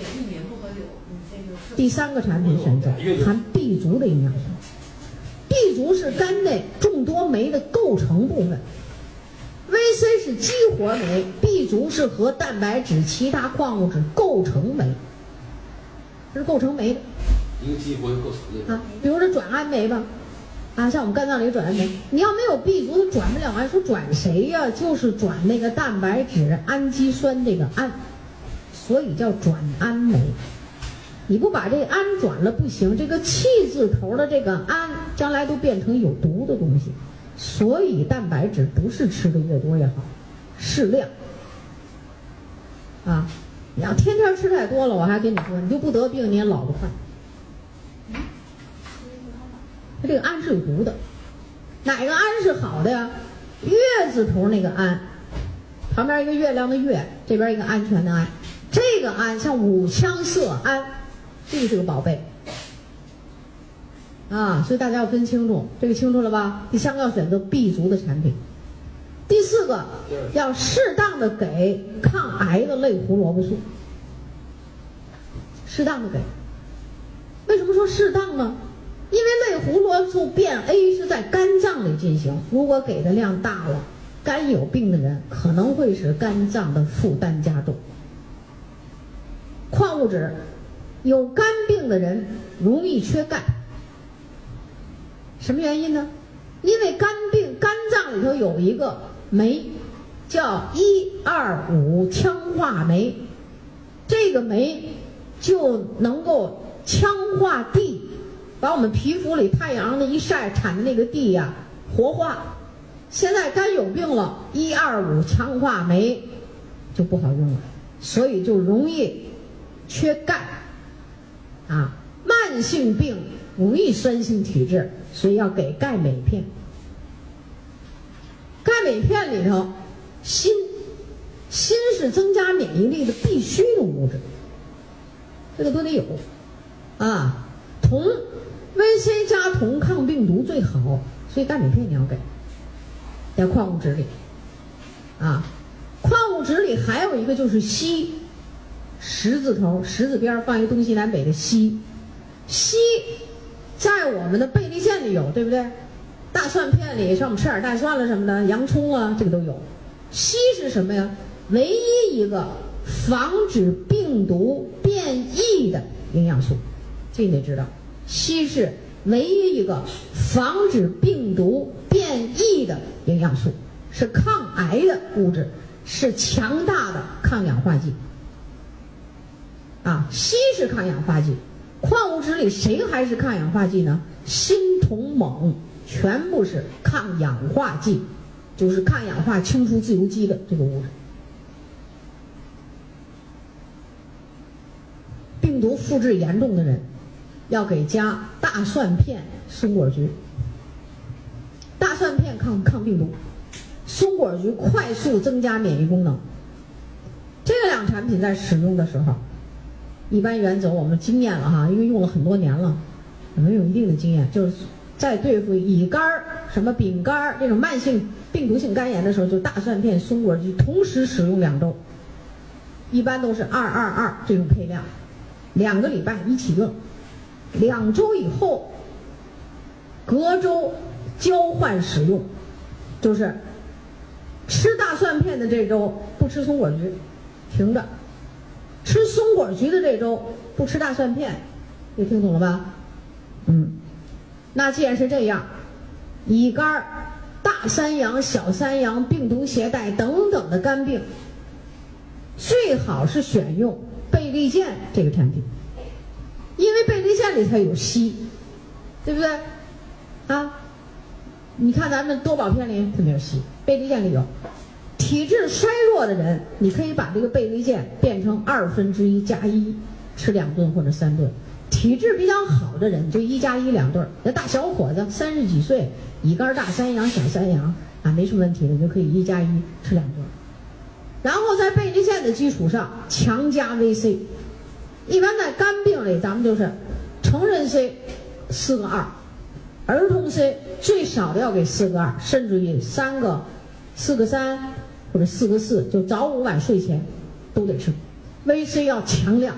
第三个产品选择含 B 族的营养素 ，B 族是肝内众多酶的构成部分 ，VC 是激活酶 ，B 族是和蛋白质、其他矿物质构成酶，这是构成酶的。 一个激活就构成的啊，比如说转氨酶吧。啊，像我们肝脏里转氨酶，你要没有 B 族，它转不了氨。说转谁呀？就是转那个蛋白质氨基酸这个氨，所以叫转氨酶。你不把这个氨转了不行，这个气字头的这个氨将来都变成有毒的东西。所以蛋白质不是吃的越多越好，适量。啊，你要天天吃太多了，我还跟你说，你就不得病，你也老得快。 它这个氨是有毒的。哪个氨是好的呀？月字头那个氨，旁边一个月亮的月，这边一个安全的安。这个氨像五羟色胺，这个是个宝贝啊，所以大家要分清楚，这个清楚了吧？第三个要选择 B 族的产品。第四个要适当的给抗癌的类胡萝卜素，适当的给。为什么说适当呢？因为类胡萝卜素变 A 是在肝脏里进行，如果给的量大了，肝有病的人可能会使肝脏的负担加重。矿物质，有肝病的人容易缺钙，什么原因呢？因为肝病，肝脏里头有一个酶叫125羟化酶，这个酶就能够羟化地，把我们皮肤里太阳的一晒产的那个地呀活化。现在肝有病了，125羟化酶就不好用了，所以就容易缺钙啊。慢性病容易酸性体质，所以要给钙镁片。钙镁片里头，锌是增加免疫力的必须的物质，这个都得有啊。铜 VC 加铜抗病毒最好，所以钙镁片你要给，在矿物质里啊。矿物质里还有一个就是硒，十字头十字边放一东西南北的硒，硒在我们的贝利健里有，对不对？大蒜片里，像我们吃点大蒜了什么的，洋葱啊，这个都有。硒是什么呀？唯一一个防止病毒变异的营养素，这你得知道。硒是唯一一个防止病毒变异的营养素，是抗癌的物质，是强大的抗氧化剂。啊，硒是抗氧化剂。矿物质里谁还是抗氧化剂呢？锌、铜、锰全部是抗氧化剂，就是抗氧化清除自由基的这个物质。病毒复制严重的人，要给加大蒜片、松果菊。大蒜片抗病毒，松果菊快速增加免疫功能。这两产品在使用的时候，一般原则我们经验了哈，因为用了很多年了，我们有一定的经验，就是在对付乙肝、什么丙肝这种慢性病毒性肝炎的时候，就大蒜片、松果菊同时使用2周，一般都是222这种配量，2个礼拜一起用，2周以后隔周交换使用，就是吃大蒜片的这周不吃松果菊，停着。吃松果菊的这周不吃大蒜片，你听懂了吧？那既然是这样，乙肝、大三阳、小三阳、病毒携带等等的肝病，最好是选用贝利健这个产品，因为贝利健里才有硒，对不对？啊，你看咱们多宝片里它没有硒，贝利健里有。体质衰弱的人，你可以把这个贝利健变成1/2加1，吃2顿或者3顿。体质比较好的人就1加1 2顿。那大小伙子30几岁，乙肝、大三阳、小三阳啊，没什么问题的，你就可以1加1吃2顿。然后在贝利健的基础上强加 VC。一般在肝病里，咱们就是成人 C 4个2，儿童 C 最少的要给4个2，甚至于4个3。或者4个4，就早午晚睡前都得吃。VC 要强量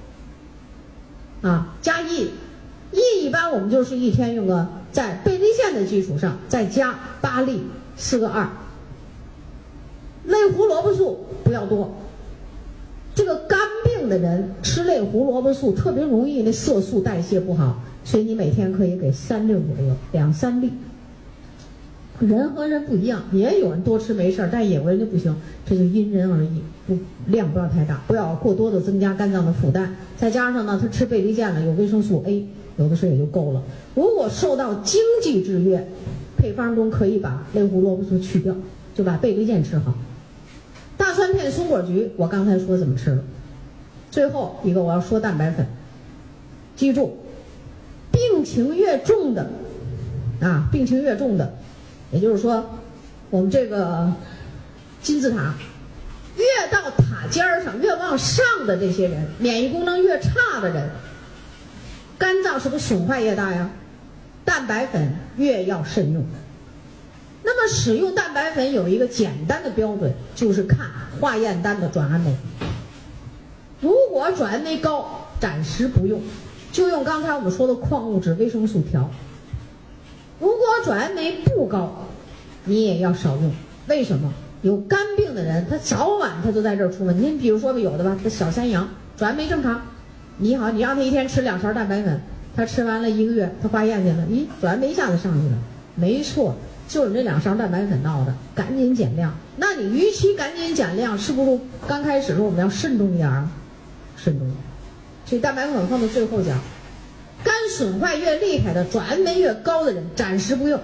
啊，加 E 一般我们就是一天用个，在贝利健的基础上再加8粒4个2。类胡萝卜素不要多，这个肝病的人吃类胡萝卜素特别容易那色素代谢不好，所以你每天可以给3粒左右，2、3粒。人和人不一样，也有人多吃没事，但也有人就不行，这就因人而异，量不要太大，不要过多的增加肝脏的负担。再加上呢，他吃贝利健了，有维生素 A， 有的时候也就够了。如果受到经济制约，配方中可以把类胡萝卜素去掉，就把贝利健吃好。大蒜片、松果菊，我刚才说怎么吃了。最后一个我要说蛋白粉，记住，病情越重的啊，病情越重的，也就是说，我们这个金字塔越到塔尖上越往上的这些人，免疫功能越差的人，肝脏是不是损坏越大呀？蛋白粉越要慎用。那么使用蛋白粉有一个简单的标准，就是看化验单的转氨酶。如果转氨酶高，暂时不用，就用刚才我们说的矿物质、维生素调。如果转氨酶不高，你也要少用。为什么？有肝病的人，他早晚他都在这儿出问题。你比如说有的吧，这小山羊转氨酶正常，你好，你让他一天吃2勺蛋白粉，他吃完了1个月，他化验去了，咦，转氨酶一下子上去了。没错，就是这2勺蛋白粉闹的，赶紧减量。那你与其赶紧减量，是不是刚开始的时候我们要慎重一点啊？慎重一点。所以蛋白粉放到最后讲，肝损坏越厉害的、转氨酶越高的人，暂时不用。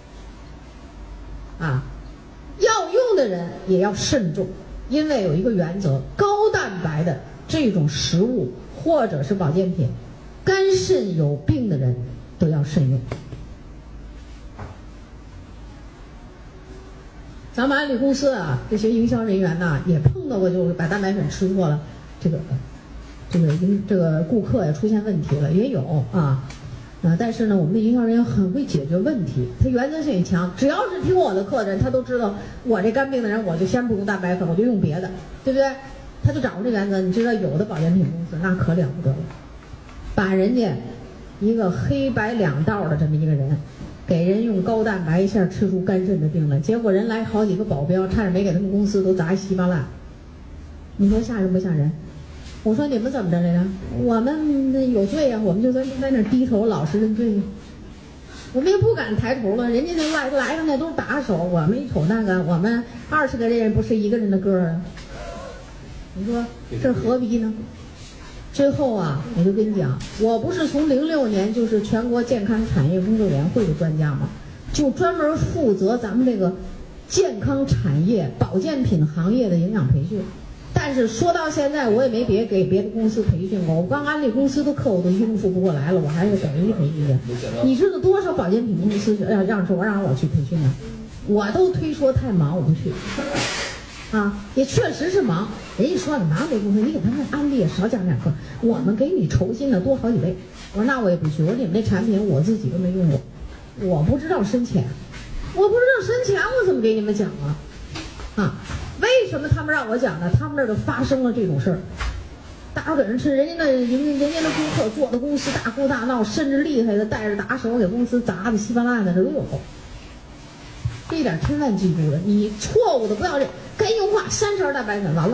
啊，要用的人也要慎重，因为有一个原则：高蛋白的这种食物或者是保健品，肝肾有病的人都要慎用。咱们安利公司啊，这些营销人员呐，也碰到过，就是把蛋白粉吃错了，这个顾客也出现问题了，也有啊。但是呢，我们的营销人员很会解决问题，他原则性也强。只要是听我的课的人，他都知道我这肝病的人，我就先不用蛋白粉，我就用别的，对不对？他就掌握这原则。你知道有的保健品公司那可了不得了，把人家一个黑白两道的这么一个人，给人用高蛋白一下吃出肝肾的病了，结果人来好几个保镖，差点没给他们公司都砸稀巴烂。你说吓人不吓人？我说你们怎么着来着？我们有罪呀，我们就在那低头老实认罪，我们也不敢抬头了。人家那来的那都是打手，我们一瞅那个，我们20个人不是1个人的个儿啊。你说这何必呢？最后啊，我就跟你讲，我不是从06年就是全国健康产业工作委员会的专家吗？就专门负责咱们这个健康产业、保健品行业的营养培训。但是说到现在，我也没给别的公司培训过，我光安利公司的课我都应付不过来了，我还是给人家培训去。你知道多少保健品公司让我去培训呢？我都推说太忙，我不去。啊，也确实是忙。人家说了忙这部分，你给他们安利少讲2课，我们给你酬金的多好几倍。我说那我也不去，我说你们这产品我自己都没用过，我不知道深浅，我怎么给你们讲啊？啊，为什么他们让我讲呢？他们那儿都发生了这种事儿，大伙给人吃，人家的顾客做的公司大哭大闹，甚至厉害的带着打手给公司砸的稀巴烂的，这都有。这一点千万记住了，你错误的不要认。该用化3勺蛋白粉完了，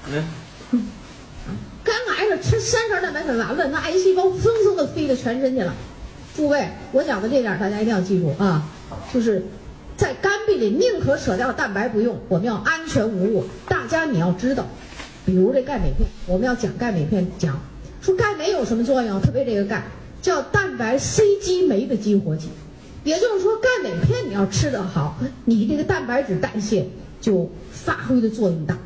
肝癌了吃3勺蛋白粉完了，那癌细胞纷纷的飞到全身去了。诸位，我讲的这点大家一定要记住啊，就是在肝病里宁可舍掉蛋白不用，我们要安全无误。大家你要知道，比如这钙镁片，我们要讲钙镁片，讲说钙镁有什么作用，特别这个钙叫蛋白 C 激酶的激活剂。也就是说，钙镁片你要吃得好，你这个蛋白质代谢就发挥的作用大。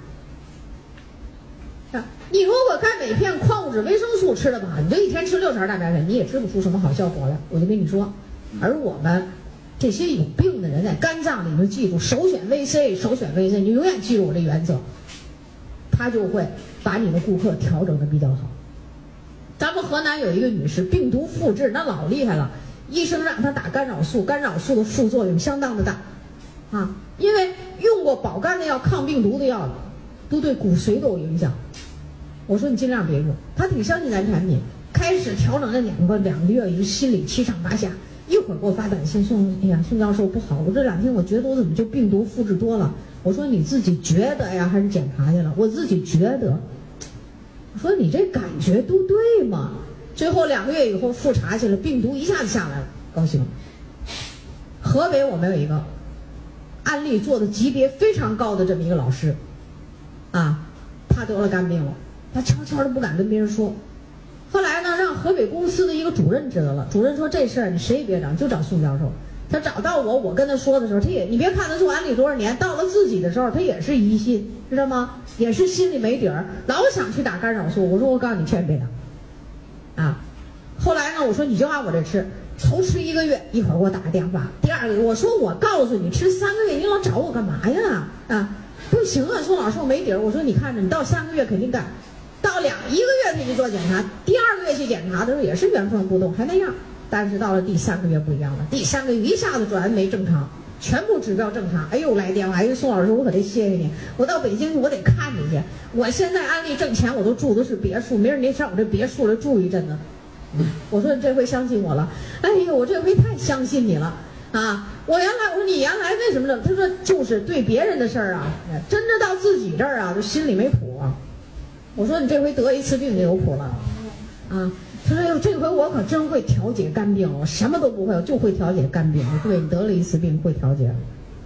你如果钙镁片、矿物质、维生素吃得不好，你就一天吃6勺蛋白粉，你也吃不出什么好效果来。我就跟你说，而我们这些有病的人在肝脏里面，记住首选 VC， 首选 VC， 你永远记住我这原则，他就会把你的顾客调整的比较好。咱们河南有一个女士，病毒复制那老厉害了。医生让他打干扰素，干扰素的副作用相当的大，啊，因为用过保肝的药、抗病毒的药，都对骨髓都有影响。我说你尽量别用，他挺相信咱产品。开始调整了2个月，一个心里七上八下，一会儿给我发短信哎呀，宋教授不好，我这2天我觉得我怎么就病毒复制多了？我说你自己觉得呀，还是检查去了？我自己觉得。我说你这感觉都对吗？最后2个月以后复查去了，病毒一下子下来了，高兴。河北我们有一个案例做的级别非常高的这么一个老师，啊，他得了肝病了，他悄悄的不敢跟别人说。后来呢，让河北公司的一个主任知道了，主任说这事儿你谁也别找，就找宋教授。他找到我跟他说的时候，你别看他做安利多少年，到了自己的时候，他也是疑心，知道吗？也是心里没底儿，老想去打干扰素。我说我告诉你，千万别打。啊，后来呢，我说你就按我这吃， 头吃1个月，一会儿给我打个电话。第二个，我说我告诉你，吃3个月，你老找我干嘛呀？啊，不行啊，宋老师我没底儿。我说你看着，你到3个月肯定干，到1个月给你做检查，第2个月去检查的时候也是原封不动，还那样。但是到了第3个月不一样了，第3个月一下子转没正常，全部指标正常。哎呦，来电话，哎呦，宋老师，我可得谢谢你，我到北京去，我得看你去。我现在安利挣钱，我都住的是别墅，没人你上我这别墅来住一阵子。我说你这回相信我了，哎呦，我这回太相信你了啊！我说你原来为什么呢？他说就是对别人的事儿啊，真的到自己这儿啊，就心里没谱啊。我说你这回得一次病就有谱了啊。他说：“哟，这回我可真会调节肝病了，我什么都不会，我就会调节肝病。对，你得了一次病，会调节。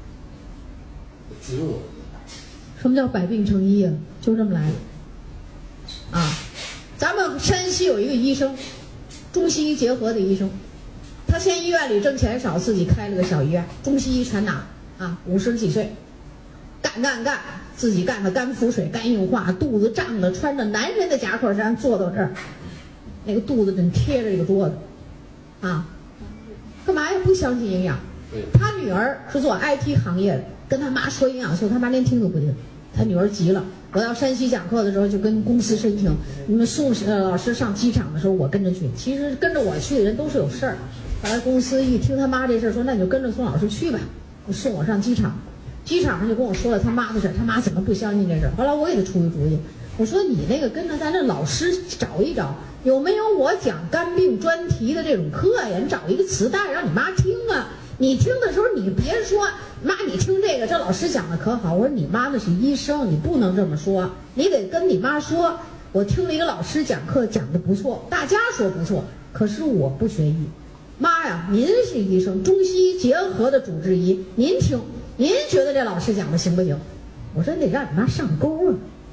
什么叫百病成医啊？就这么来的。啊，咱们山西有一个医生，中西医结合的医生，他嫌医院里挣钱少，自己开了个小医院，中西医全拿啊，50几岁，干，自己干的肝腹水、肝硬化，肚子胀的，穿着男人的夹克衫坐到这儿。”那个肚子真贴着这个桌子，啊，干嘛呀？不相信营养。他女儿是做 IT 行业的，跟他妈说营养素，他妈连听都不听。他女儿急了，我到山西讲课的时候就跟公司申请，你们送老师上机场的时候我跟着去。其实跟着我去的人都是有事儿。后来公司一听他妈这事儿，说那你就跟着宋老师去吧，就送我上机场。机场上就跟我说了他妈的事儿，他妈怎么不相信这事儿？后来我给他出一主意，我说你那个跟着咱这老师找一找。有没有我讲肝病专题的这种课呀？你找一个磁带让你妈听啊！你听的时候你别说妈，你听这个，这老师讲的可好。我说你妈那是医生，你不能这么说，你得跟你妈说，我听了一个老师讲课讲的不错，大家说不错，可是我不学医。妈呀，您是医生，中西医结合的主治医，您听，您觉得这老师讲的行不行？我说你得让你妈上钩啊！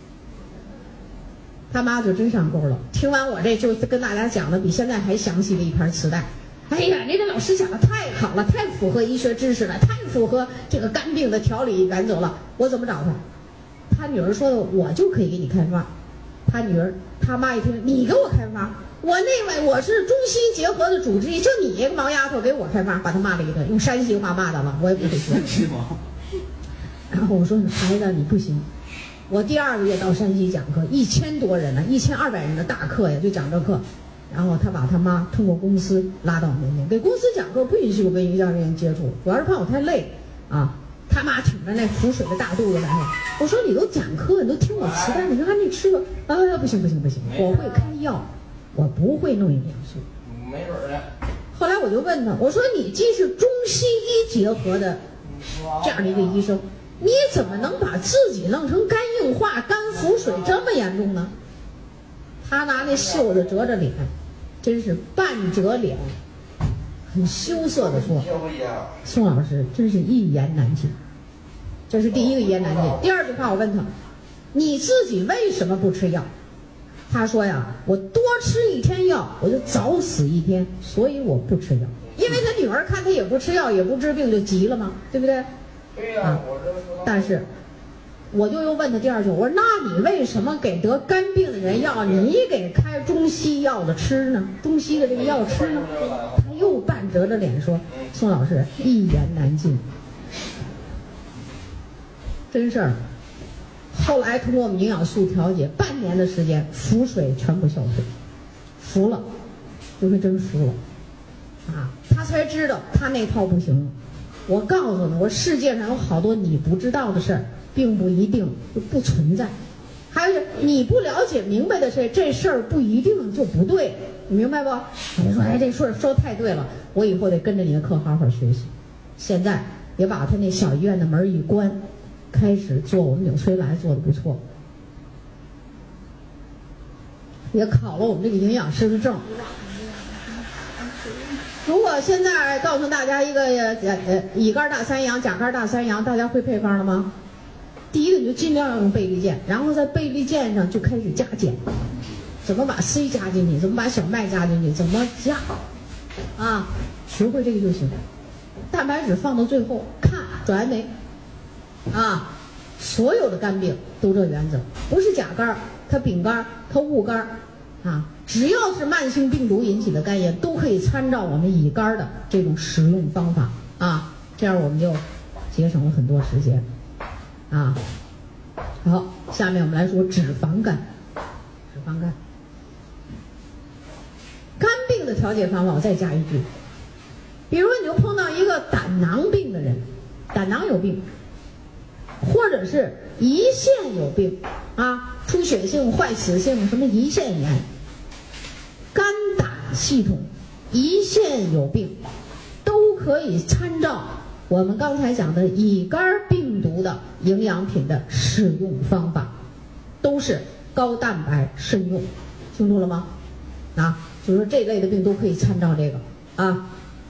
他妈就真上钩了，听完我这就跟大家讲的比现在还详细的一盘磁带。哎呀，你这老师讲的太好了，太符合医学知识了，太符合这个肝病的调理原则了。我怎么找他？他女儿说的，我就可以给你开发。他女儿他妈一听，你给我开发，我是中西结合的主治医，就你一个毛丫头给我开发，把他骂了一顿，用山西话骂他了，我也不会说。然后我说孩子你不行。我第2个月到山西讲课，1000多人呢，1200人的大课呀，就讲这课。然后他把他妈通过公司拉到我面前，给公司讲课不允许我跟营养人员接触，主要是怕我太累啊。他妈挺着那腹水的大肚子来了，我说你都讲课，你都听我磁带，你说你吃吧。哎呀，不行，我会开药，我不会弄营养素。没准儿的。后来我就问他，我说你既是中西医结合的这样的一个医生。你怎么能把自己弄成肝硬化、肝腹水这么严重呢？他拿那袖子折着脸，真是半折脸，很羞涩地说：“宋老师真是一言难尽。”这是第一个一言难尽。第2句话我问他：“你自己为什么不吃药？”他说呀：“我多吃1天药，我就早死1天，所以我不吃药。”因为他女儿看他也不吃药，也不治病，就急了嘛，对不对？对呀，但是我就又问他第2句，我说那你为什么给得肝病的人药，你给开中西药的吃呢？中西的这个药吃呢？他又半折着脸说：“宋老师一言难尽，真事儿。”后来通过我们营养素调节，半年的时间，腹水全部消失，服了，就是真服了，啊，他才知道他那套不行。我告诉你，我世界上有好多你不知道的事儿，并不一定就不存在。还有你不了解明白的事，这事儿不一定就不对，你明白不？你说哎，这事儿说太对了，我以后得跟着你的课好好学习。现在也把他那小医院的门一关，开始做我们纽崔莱做的不错，也考了我们这个营养师的证。如果现在告诉大家一个乙肝大三阳、甲肝大三阳，大家会配方了吗？第一个你就尽量要用倍立健，然后在倍立健上就开始加减，怎么把 C 加进去，怎么把小麦加进去，怎么加啊，学会这个就行。蛋白质放到最后，看转酶啊，所有的肝病都这原则，不是甲肝，它丙肝，它戊肝啊，只要是慢性病毒引起的肝炎，都可以参照我们乙肝的这种使用方法啊，这样我们就节省了很多时间啊。好，下面我们来说脂肪肝。脂肪肝，肝病的调节方法我再加一句，比如你就碰到一个胆囊病的人，胆囊有病，或者是胰腺有病啊，出血性、坏死性什么胰腺炎，肝胆系统、胰腺有病，都可以参照我们刚才讲的乙肝病毒的营养品的使用方法，都是高蛋白慎用，清楚了吗？啊，就是说这类的病都可以参照这个啊。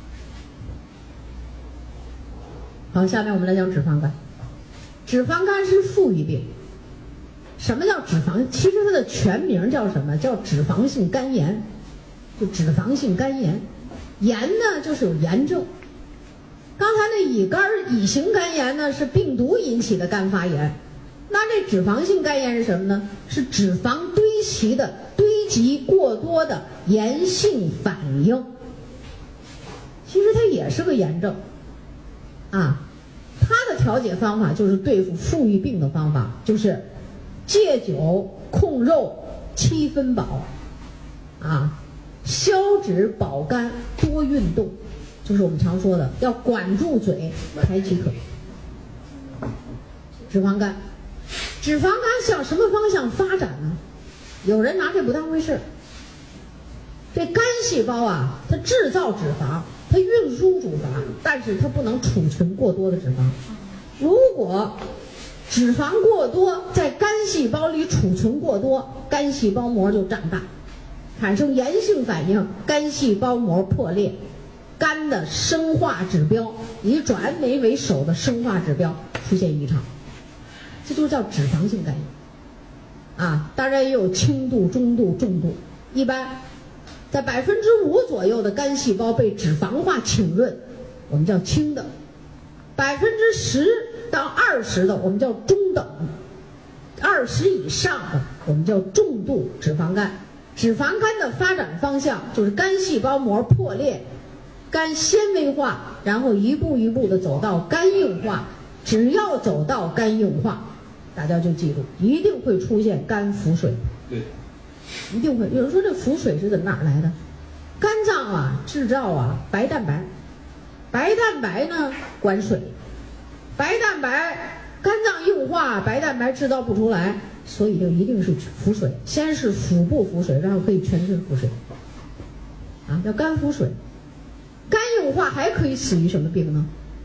好，下面我们来讲脂肪肝。脂肪肝是富裕病。什么叫脂肪？其实它的全名叫什么？叫脂肪性肝炎，就脂肪性肝炎。炎呢，就是有炎症。刚才那乙型肝炎呢，是病毒引起的肝发炎。那这脂肪性肝炎是什么呢？是脂肪堆积过多的炎性反应。其实它也是个炎症啊。它的调节方法就是对付富裕病的方法，就是戒酒、控肉、7分饱啊，消脂保肝、多运动，就是我们常说的要管住嘴，抬起腿。脂肪肝，脂肪肝向什么方向发展呢？有人拿这不当回事。这肝细胞啊，它制造脂肪，它运输脂肪，但是它不能储存过多的脂肪。如果脂肪过多，在肝细胞里储存过多，肝细胞膜就长大，产生炎性反应，肝细胞膜破裂，肝的生化指标以转酶为首的生化指标出现异常，这就叫脂肪性肝炎啊。当然也有轻度、中度、重度，一般在5%左右的肝细胞被脂肪化浸润，我们叫轻的；10%到20%的我们叫中等；20以上的我们叫重度脂肪肝。脂肪肝的发展方向就是肝细胞膜破裂，肝纤维化，然后一步一步的走到肝硬化。只要走到肝硬化，大家就记住，一定会出现肝腹水。 对， 一定会。有人说这腹水是哪儿来的？肝脏啊制造啊白蛋白，白蛋白呢管水，白蛋白肝脏硬化，白蛋白制造不出来，所以就一定是腹水。先是腹部腹水，然后可以全身腹水啊，叫肝腹水。肝硬化还可以死于什么病呢？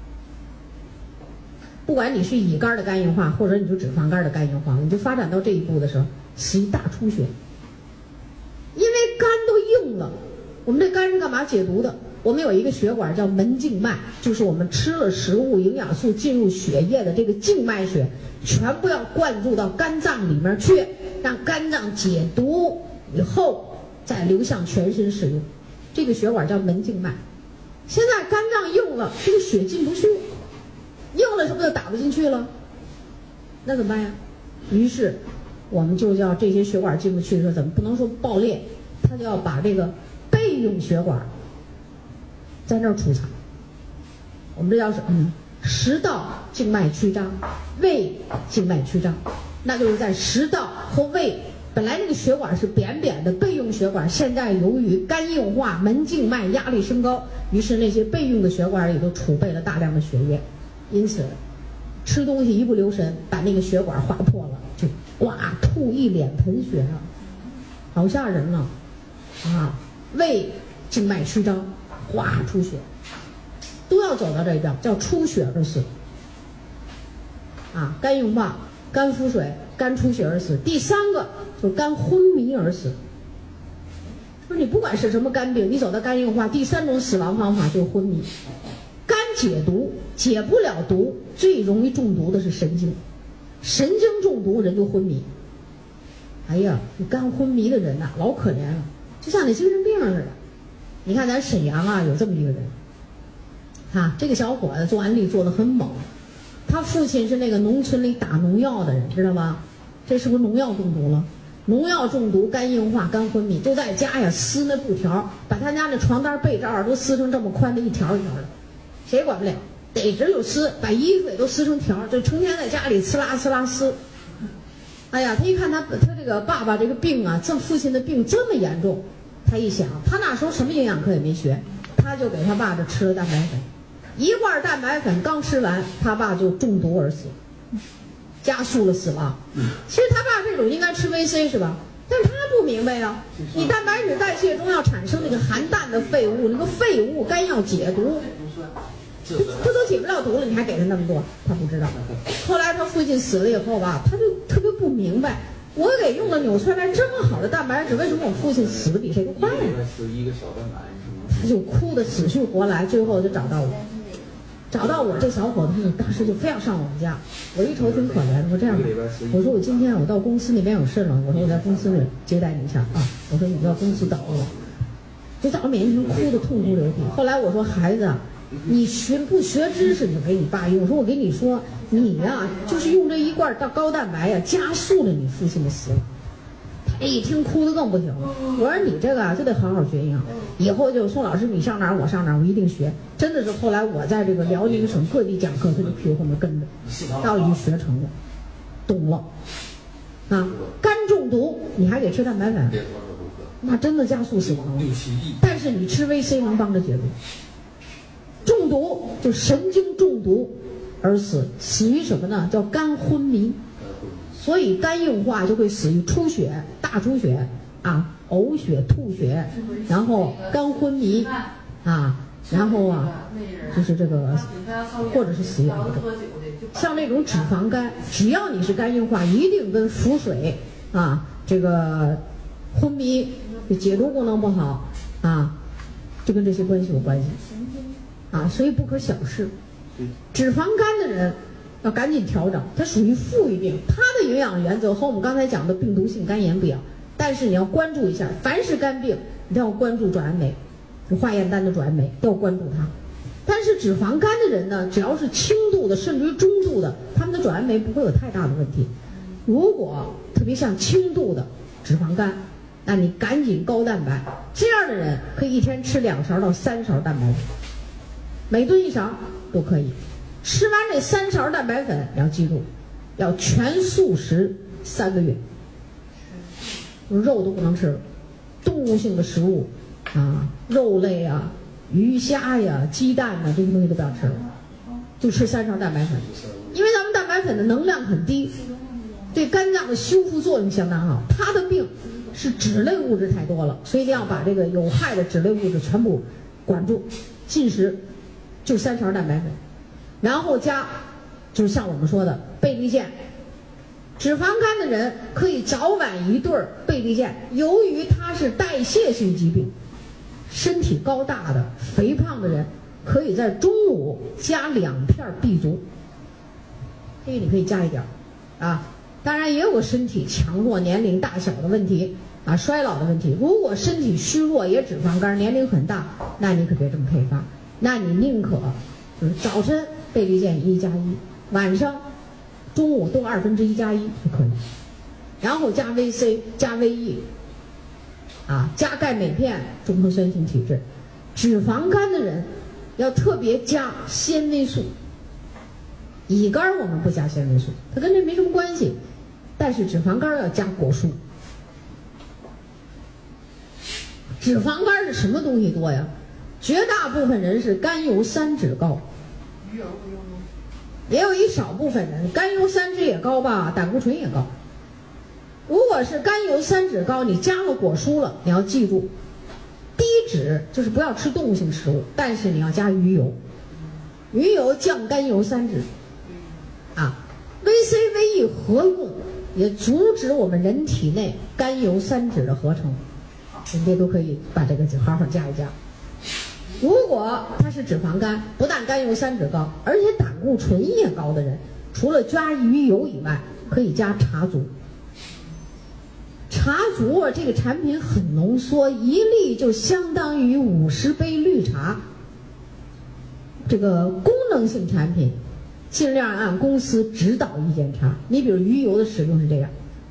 不管你是乙肝的肝硬化，或者你就脂肪肝的肝硬化，你就发展到这一步的时候，死于大出血。因为肝都硬了，我们这肝是干嘛解毒的？我们有一个血管叫门静脉，就是我们吃了食物营养素进入血液的这个静脉血，全部要灌注到肝脏里面去，让肝脏解毒以后再流向全身使用。这个血管叫门静脉。现在肝脏硬了，这个血进不去，硬了是不是就打不进去了？那怎么办呀？于是我们就叫这些血管进不去的时候，怎么不能说爆裂，他就要把这个备用血管在那儿储藏。我们这叫什么呢？食道静脉曲张，胃静脉曲张，那就是在食道和胃本来那个血管是扁扁的备用血管，现在由于肝硬化、门静脉压力升高，于是那些备用的血管里都储备了大量的血液，因此吃东西一不留神把那个血管划破了，就哇吐一脸盆血啊，好吓人了啊！胃静脉曲张，哗出血，都要走到这一步，叫出血而死啊！肝硬化、肝腹水、肝出血而死。第三个就是肝昏迷而死。说你不管是什么肝病，你走到肝硬化，第三种死亡方法就是昏迷。肝解毒解不了毒，最容易中毒的是神经，神经中毒人就昏迷。哎呀，你肝昏迷的人呐，老可怜了，就像那精神病似的。你看咱沈阳啊，有这么一个人，这个小伙子做案例做得很猛，他父亲是那个农村里打农药的人，知道吧？这是不是农药中毒了？ 农药中毒、肝硬化、肝昏迷，就在家呀撕那布条，把他家那床单被罩都撕成这么宽的一条一条的，谁管不了？逮着就撕，把衣服也都撕成条，就成天在家里呲啦呲啦撕。哎呀，他一看他这个爸爸这个病啊，父亲的病这么严重，他一想，他那时候什么营养课也没学，他就给他爸这吃了蛋白粉，一罐蛋白粉刚吃完，他爸就中毒而死，加速了死亡。其实他爸这种应该吃 VC 是吧？但是他不明白啊，你蛋白质代谢中要产生那个含氮的废物，那个废物肝要解毒。他都解不了毒了，你还给他那么多，他不知道。后来他父亲死了以后吧，他就特别不明白，我给用了纽崔莱这么好的蛋白质，为什么我父亲死的比谁都快呀？他就哭得死去活来，最后就找到我。找到我这小伙子，当时就非要上我们家。我一瞅挺可怜的，我这样吧，我说我今天我到公司那边有事了，我说我在公司里接待你一下啊，我说你到公司等我。就在我面前哭得痛哭流涕。后来我说孩子啊，你不学知识，你就给你爸用。我说我跟你说，你呀、就是用这一罐高蛋白呀，加速了你父亲的死亡。他一听哭得更不行了。我说你这个啊，就得好好学营养，以后就宋老师你上哪儿我上哪儿，我一定学。真的是后来我在这个辽宁省各地讲课，他就屁股后面跟着，到底就学成了，懂了。啊，肝中毒你还得吃蛋白粉，那真的加速死亡了。但是你吃 VC 能帮着解毒。中毒就神经中毒而死，死于什么呢？叫肝昏迷。所以肝硬化就会死于出血、大出血啊、呕血、吐血，然后肝昏迷啊，然后啊就是这个，或者是死于癌症。像那种脂肪肝，只要你是肝硬化，一定跟腹水啊、这个昏迷、解毒功能不好啊，就跟这些关系有关系啊，所以不可小视。脂肪肝的人要赶紧调整，它属于富裕病，它的营养原则和我们刚才讲的病毒性肝炎不一样，但是你要关注一下，凡是肝病一定要关注转氨酶，化验单的转氨酶要关注它。但是脂肪肝的人呢，只要是轻度的甚至于中度的，他们的转氨酶不会有太大的问题。如果特别像轻度的脂肪肝，那你赶紧高蛋白，这样的人可以一天吃2勺到3勺蛋白粉，每顿1勺都可以。吃完这3勺蛋白粉，你要记住，要全素食3个月，肉都不能吃了，动物性的食物啊，肉类啊、鱼虾呀、鸡蛋啊，这些东西都不要吃了，就吃3勺蛋白粉，因为咱们蛋白粉的能量很低，对肝脏的修复作用相当好。它的病是脂类物质太多了，所以一定要把这个有害的脂类物质全部管住，进食就3勺蛋白粉。然后加，就是像我们说的贝利健，脂肪肝的人可以早晚1对贝利健。由于它是代谢性疾病，身体高大的、肥胖的人可以在中午加2片 B 族，这个你可以加一点啊。当然也有个身体强弱、年龄大小的问题啊，衰老的问题。如果身体虚弱也脂肪肝，年龄很大，那你可别这么配方，那你宁可就是早晨贝利健1+1，晚上、中午都1/2+1就可以，然后加 VC 加 VE， 啊，加钙镁片，中和酸性体质。脂肪肝的人要特别加纤维素，乙肝我们不加纤维素，它跟这没什么关系，但是脂肪肝要加果蔬。脂肪肝是什么东西多呀？绝大部分人是甘油三酯高。也有一少部分人甘油三酯也高吧，胆固醇也高。如果是甘油三酯高，你加了果蔬了，你要记住，低脂就是不要吃动物性食物，但是你要加鱼油，鱼油降甘油三酯啊。VC、VE 合用也阻止我们人体内甘油三酯的合成，人家都可以把这个好好加一加。如果他是脂肪肝，不但甘油三酯高，而且胆固醇也高的人，除了加鱼油以外，可以加茶足。茶足啊，这个产品很浓缩，一粒就相当于50杯绿茶。这个功能性产品，尽量按公司指导意见查。你比如鱼油的使用是这样，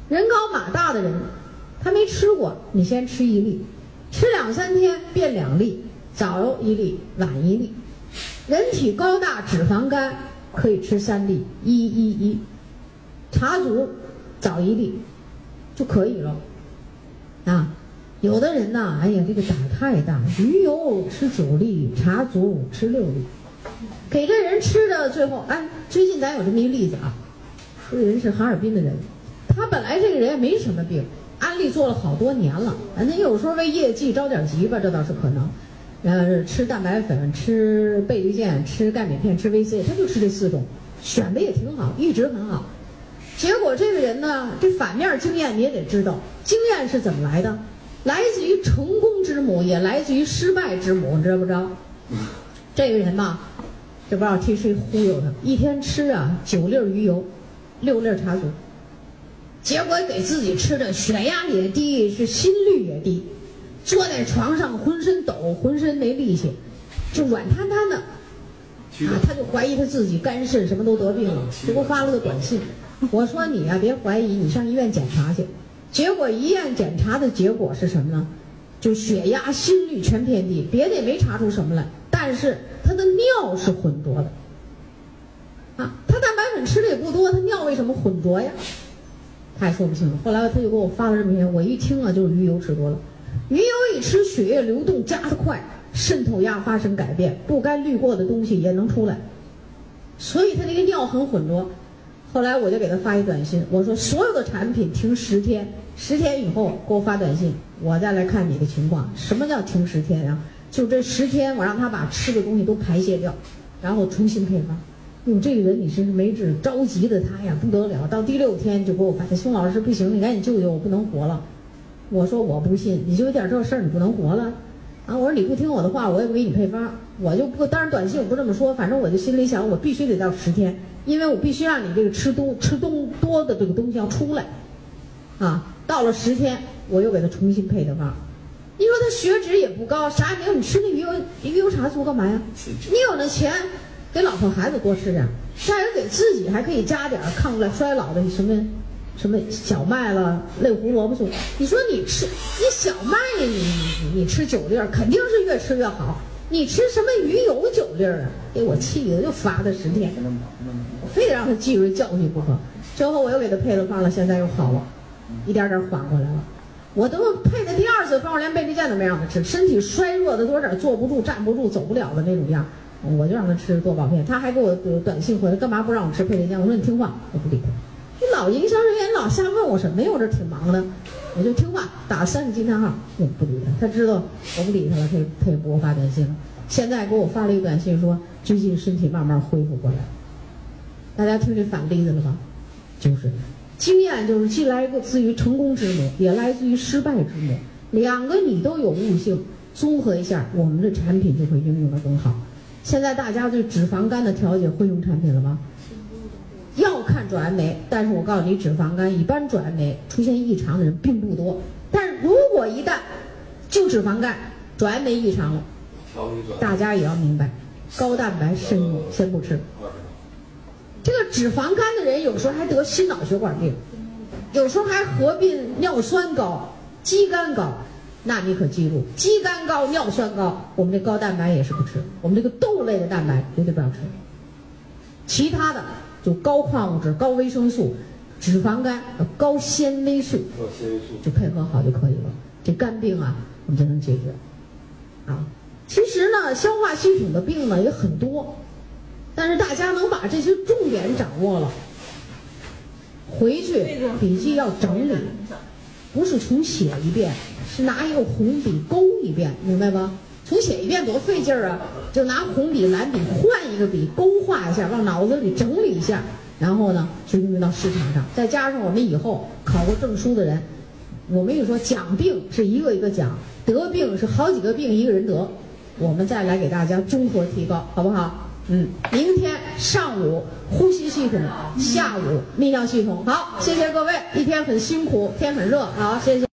人高马大的人，他没吃过，你先吃1粒，吃2、3天变2粒，早1粒，晚1粒。人体高大脂肪肝可以吃3粒，111，茶足早1粒就可以了。啊，有的人呐，哎呀，这个胆太大，鱼油吃9粒，茶足吃6粒，给这人吃的最后，哎，最近咱有这么一例子啊，这个人是哈尔滨的人，他本来这个人也没什么病，安利做了好多年了，人家有时候为业绩着点急吧，这倒是可能。吃蛋白粉，吃倍立健，吃钙镁片，吃 VC， 他就吃这4种，选的也挺好，一直很好。结果这个人呢，这反面经验你也得知道，经验是怎么来的？来自于成功之母，也来自于失败之母，你知不知道？这个人嘛，这不知道替谁忽悠他，一天吃啊9粒鱼油，6粒茶足，结果给自己吃的血压也低，是心率也低。坐在床上浑身抖，浑身没力气，就软瘫瘫的，啊，他就怀疑他自己肝肾什么都得病了，就给我发了个短信，我说你呀，别怀疑，你上医院检查去。结果医院检查的结果是什么呢？就血压、心率全偏低，别的也没查出什么来，但是他的尿是浑浊的，啊，他蛋白粉吃的也不多，他尿为什么浑浊呀？他也说不清楚。后来他就给我发了这么一篇，我一听啊，就是鱼油吃多了。鱼油一吃，血液流动加得快，渗透压发生改变，不该滤过的东西也能出来，所以他那个尿很浑浊。后来我就给他发一短信，我说所有的产品停10天，10天以后给我发短信，我再来看你的情况。什么叫停10天呀？就这10天，我让他把吃的东西都排泄掉，然后重新配方。哟，这个人你真是没治，着急的他呀不得了。到第6天就给我发现，熊老师不行，你赶紧救救我，不能活了。我说我不信，你就有点这事儿，你不能活了啊！我说你不听我的话，我也不给你配方，我就不，当然短信我不这么说，反正我就心里想，我必须得到10天，因为我必须让你这个吃多的这个东西要出来，啊，到了10天，我又给他重新配的方。你说他血脂也不高，啥也没有，你吃那鱼油茶足干嘛呀？你有那钱，给老婆孩子多吃点，再有给自己还可以加点抗衰老的什么小麦了、类胡萝卜素，你说你小麦你吃9粒肯定是越吃越好，你吃什么鱼油9粒啊？给我气的，就罚他10天，我非得让他记住教训不可。最后我又给他配了方了，现在又好了，一点点缓过来了。我都配的第2次方，我连倍立健都没让他吃，身体衰弱的都有点坐不住、站不住、走不了的那种样，我就让他吃多宝片。他还给我短信回来，干嘛不让我吃倍立健？我说你听话，我不理他。你老营销人员老瞎问我什么呀？我这挺忙的，我就听话，打3个惊叹号，我不理他。他知道我不理他了，他也不给我发短信了。现在给我发了一个短信说，最近身体慢慢恢复过来。大家听这反例子了吧？就是经验，就是既来自于成功之母，也来自于失败之母，两个你都有悟性，综合一下，我们的产品就会应用得更好。现在大家对脂肪肝的调节会用产品了吗？要看转氨酶，但是我告诉你，脂肪肝一般转氨酶出现异常的人并不多，但是如果一旦就脂肪肝转氨酶异常了，大家也要明白，高蛋白先不吃。这个脂肪肝的人有时候还得心脑血管病，有时候还合并尿酸高、肌酐高。那你可记住，肌酐高、尿酸高，我们这高蛋白也是不吃，我们这个豆类的蛋白绝对不要吃。其他的就高矿物质、高维生素，脂肪肝高纤维素，就配合好就可以了。这肝病啊，我们就能解决。啊，其实呢，消化系统的病呢也很多，但是大家能把这些重点掌握了，回去笔记要整理，不是重写一遍，是拿一个红笔勾一遍，明白吧？重写一遍多费劲儿啊！就拿红笔、蓝笔换一个笔勾画一下，往脑子里整理一下，然后呢就运用到市场上。再加上我们以后考过证书的人，我们跟你说讲病是一个一个讲，得病是好几个病一个人得，我们再来给大家综合提高，好不好？明天上午呼吸系统，下午泌尿系统。好，谢谢各位，一天很辛苦，天很热，好，谢谢。